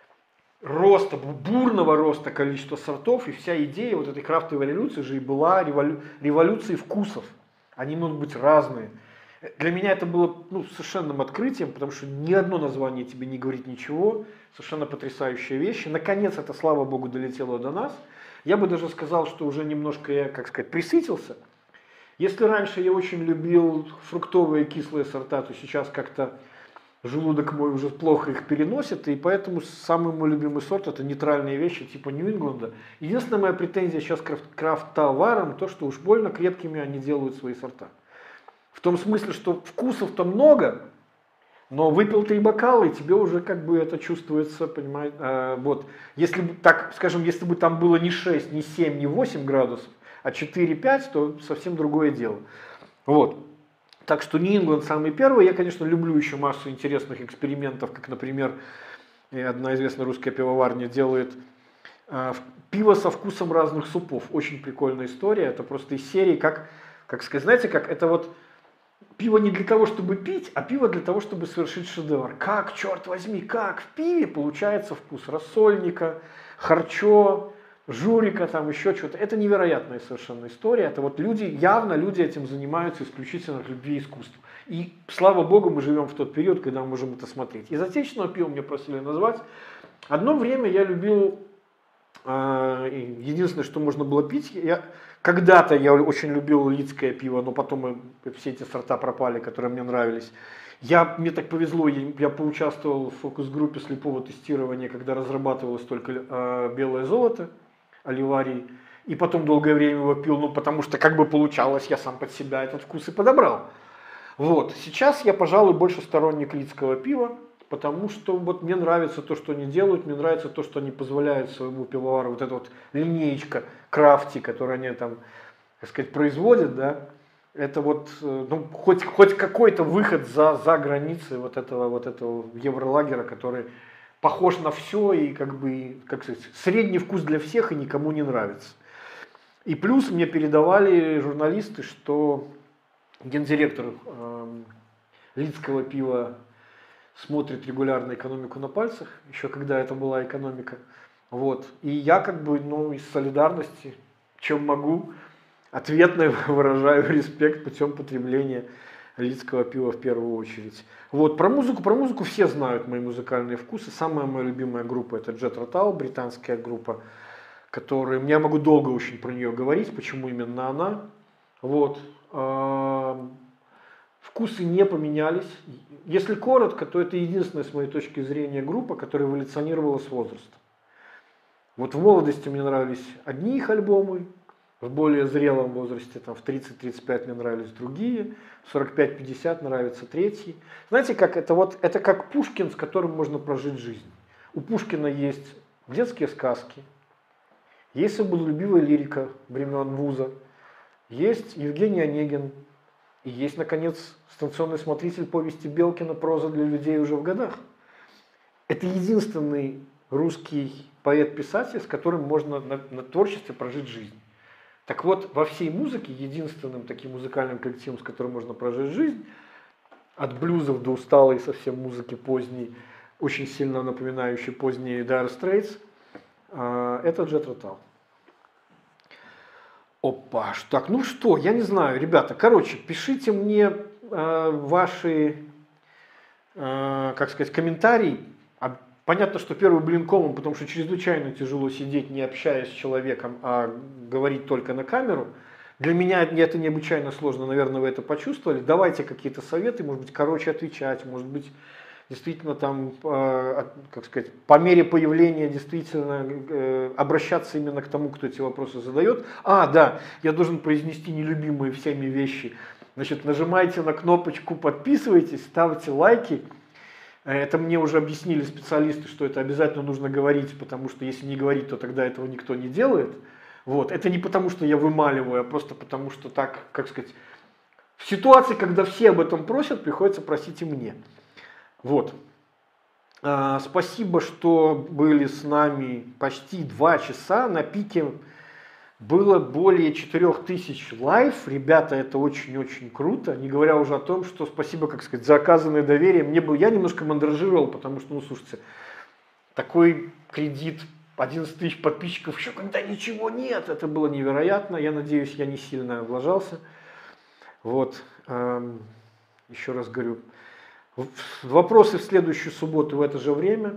роста, бурного роста количества сортов. И вся идея вот этой крафтовой революции же и была револю, революцией вкусов. Они могут быть разные. Для меня это было ну, совершенным открытием, потому что ни одно название тебе не говорит ничего. Совершенно потрясающие вещи. Наконец это, слава богу, долетело до нас. Я бы даже сказал, что уже немножко я, как сказать, присытился. Если раньше я очень любил фруктовые кислые сорта, то сейчас как-то желудок мой уже плохо их переносит, и поэтому самый мой любимый сорт это нейтральные вещи типа Нью-Ингланда. Единственная моя претензия сейчас к крафт- крафт-товарам, то что уж больно крепкими они делают свои сорта. В том смысле, что вкусов-то много, но выпил три бокала, и тебе уже как бы это чувствуется, понимаете, а, вот. Если бы, так скажем, если бы там было не шесть, не семь, не восемь градусов, а четыре-пять, то совсем другое дело. Вот. Так что Нью-Ингланд самый первый. Я, конечно, люблю еще массу интересных экспериментов, как, например, одна известная русская пивоварня делает а, пиво со вкусом разных супов. Очень прикольная история. Это просто из серии, как, как сказать, знаете, как это вот пиво не для того, чтобы пить, а пиво для того, чтобы совершить шедевр. Как, черт возьми, как в пиве получается вкус рассольника, харчо, журика, там еще чего-то. Это невероятная совершенно история. Это вот люди, явно люди этим занимаются исключительно от любви и искусства. И слава богу, мы живем в тот период, когда мы можем это смотреть. Из отечественного пива мне просили назвать. Одно время я любил, э, единственное, что можно было пить, я, когда-то я очень любил лидское пиво, но потом все эти сорта пропали, которые мне нравились. Я, мне так повезло, я, я поучаствовал в фокус-группе слепого тестирования, когда разрабатывалось только э, белое золото, Оливарий. И потом долгое время его пил, ну потому что как бы получалось, я сам под себя этот вкус и подобрал. Вот. Сейчас я, пожалуй, больше сторонник лидского пива, потому что вот мне нравится то, что они делают, мне нравится то, что они позволяют своему пивовару, вот эта вот линеечка крафти, которую они там, так сказать, производят, да, это вот, ну, хоть, хоть какой-то выход за, за границы вот этого, вот этого евролагера, который похож на все и как бы, как сказать, средний вкус для всех и никому не нравится. И плюс мне передавали журналисты, что гендиректор э, лидского пива смотрит регулярно «Экономику на пальцах», еще когда это была экономика. Вот. И я как бы, ну, из солидарности, чем могу, ответно выражаю респект путем потребления лидского пива в первую очередь. Вот. Про музыку, про музыку все знают мои музыкальные вкусы. Самая моя любимая группа это Jethro Tull, британская группа, которая, я могу долго очень про нее говорить, почему именно она. Вот. Вкусы не поменялись. Если коротко, то это единственная, с моей точки зрения, группа, которая эволюционировала с возрастом. Вот в молодости мне нравились одни их альбомы, в более зрелом возрасте, там, в тридцать-тридцать пять мне нравились другие, в сорок пять-пятьдесят нравится третий. Знаете, как это вот, это как Пушкин, с которым можно прожить жизнь. У Пушкина есть детские сказки, есть свободолюбивая лирика времен вуза, есть Евгений Онегин, и есть, наконец, станционный смотритель повести Белкина «Проза для людей уже в годах». Это единственный русский поэт-писатель, с которым можно на, на творчестве прожить жизнь. Так вот, во всей музыке единственным таким музыкальным коллективом, с которым можно прожить жизнь, от блюзов до усталой совсем музыки поздней, очень сильно напоминающей поздние Dire Straits, это Jethro Tull. Опа, ш- так, ну что, я не знаю, ребята, короче, пишите мне э, ваши, э, как сказать, комментарии. А понятно, что первый блин комом, потому что чрезвычайно тяжело сидеть, не общаясь с человеком, а говорить только на камеру. Для меня это необычайно сложно, наверное, вы это почувствовали. Давайте какие-то советы, может быть, короче отвечать, может быть, действительно там, э, как сказать, по мере появления действительно э, обращаться именно к тому, кто эти вопросы задает. А, да, я должен произнести нелюбимые всеми вещи. Значит, нажимайте на кнопочку, подписывайтесь, ставьте лайки. Это мне уже объяснили специалисты, что это обязательно нужно говорить, потому что если не говорить, то тогда этого никто не делает. Вот. Это не потому, что я вымаливаю, а просто потому, что так, как сказать, в ситуации, когда все об этом просят, приходится просить и мне. Вот. А, спасибо, что были с нами почти два часа. На пике было более четырех тысяч лайв. Ребята, это очень-очень круто. Не говоря уже о том, что спасибо, как сказать, за оказанное доверие. Мне был, я немножко мандражировал, потому что, ну, слушайте, такой кредит, одиннадцать тысяч подписчиков, еще когда ничего нет. Это было невероятно. Я надеюсь, я не сильно облажался. Вот. Еще раз говорю. Вопросы в следующую субботу в это же время.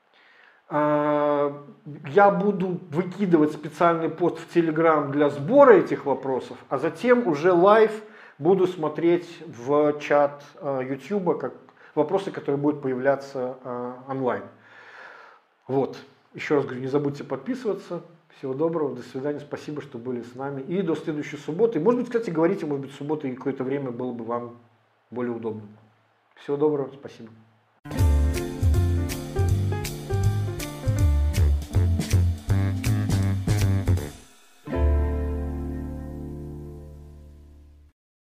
Я буду выкидывать специальный пост в Telegram для сбора этих вопросов, а затем уже лайв буду смотреть в чат YouTube, как вопросы, которые будут появляться онлайн. Вот. Еще раз говорю, не забудьте подписываться. Всего доброго, до свидания, спасибо, что были с нами. И до следующей субботы. Может быть, кстати, говорите, может быть, суббота и какое-то время было бы вам более удобно. Всего доброго, спасибо.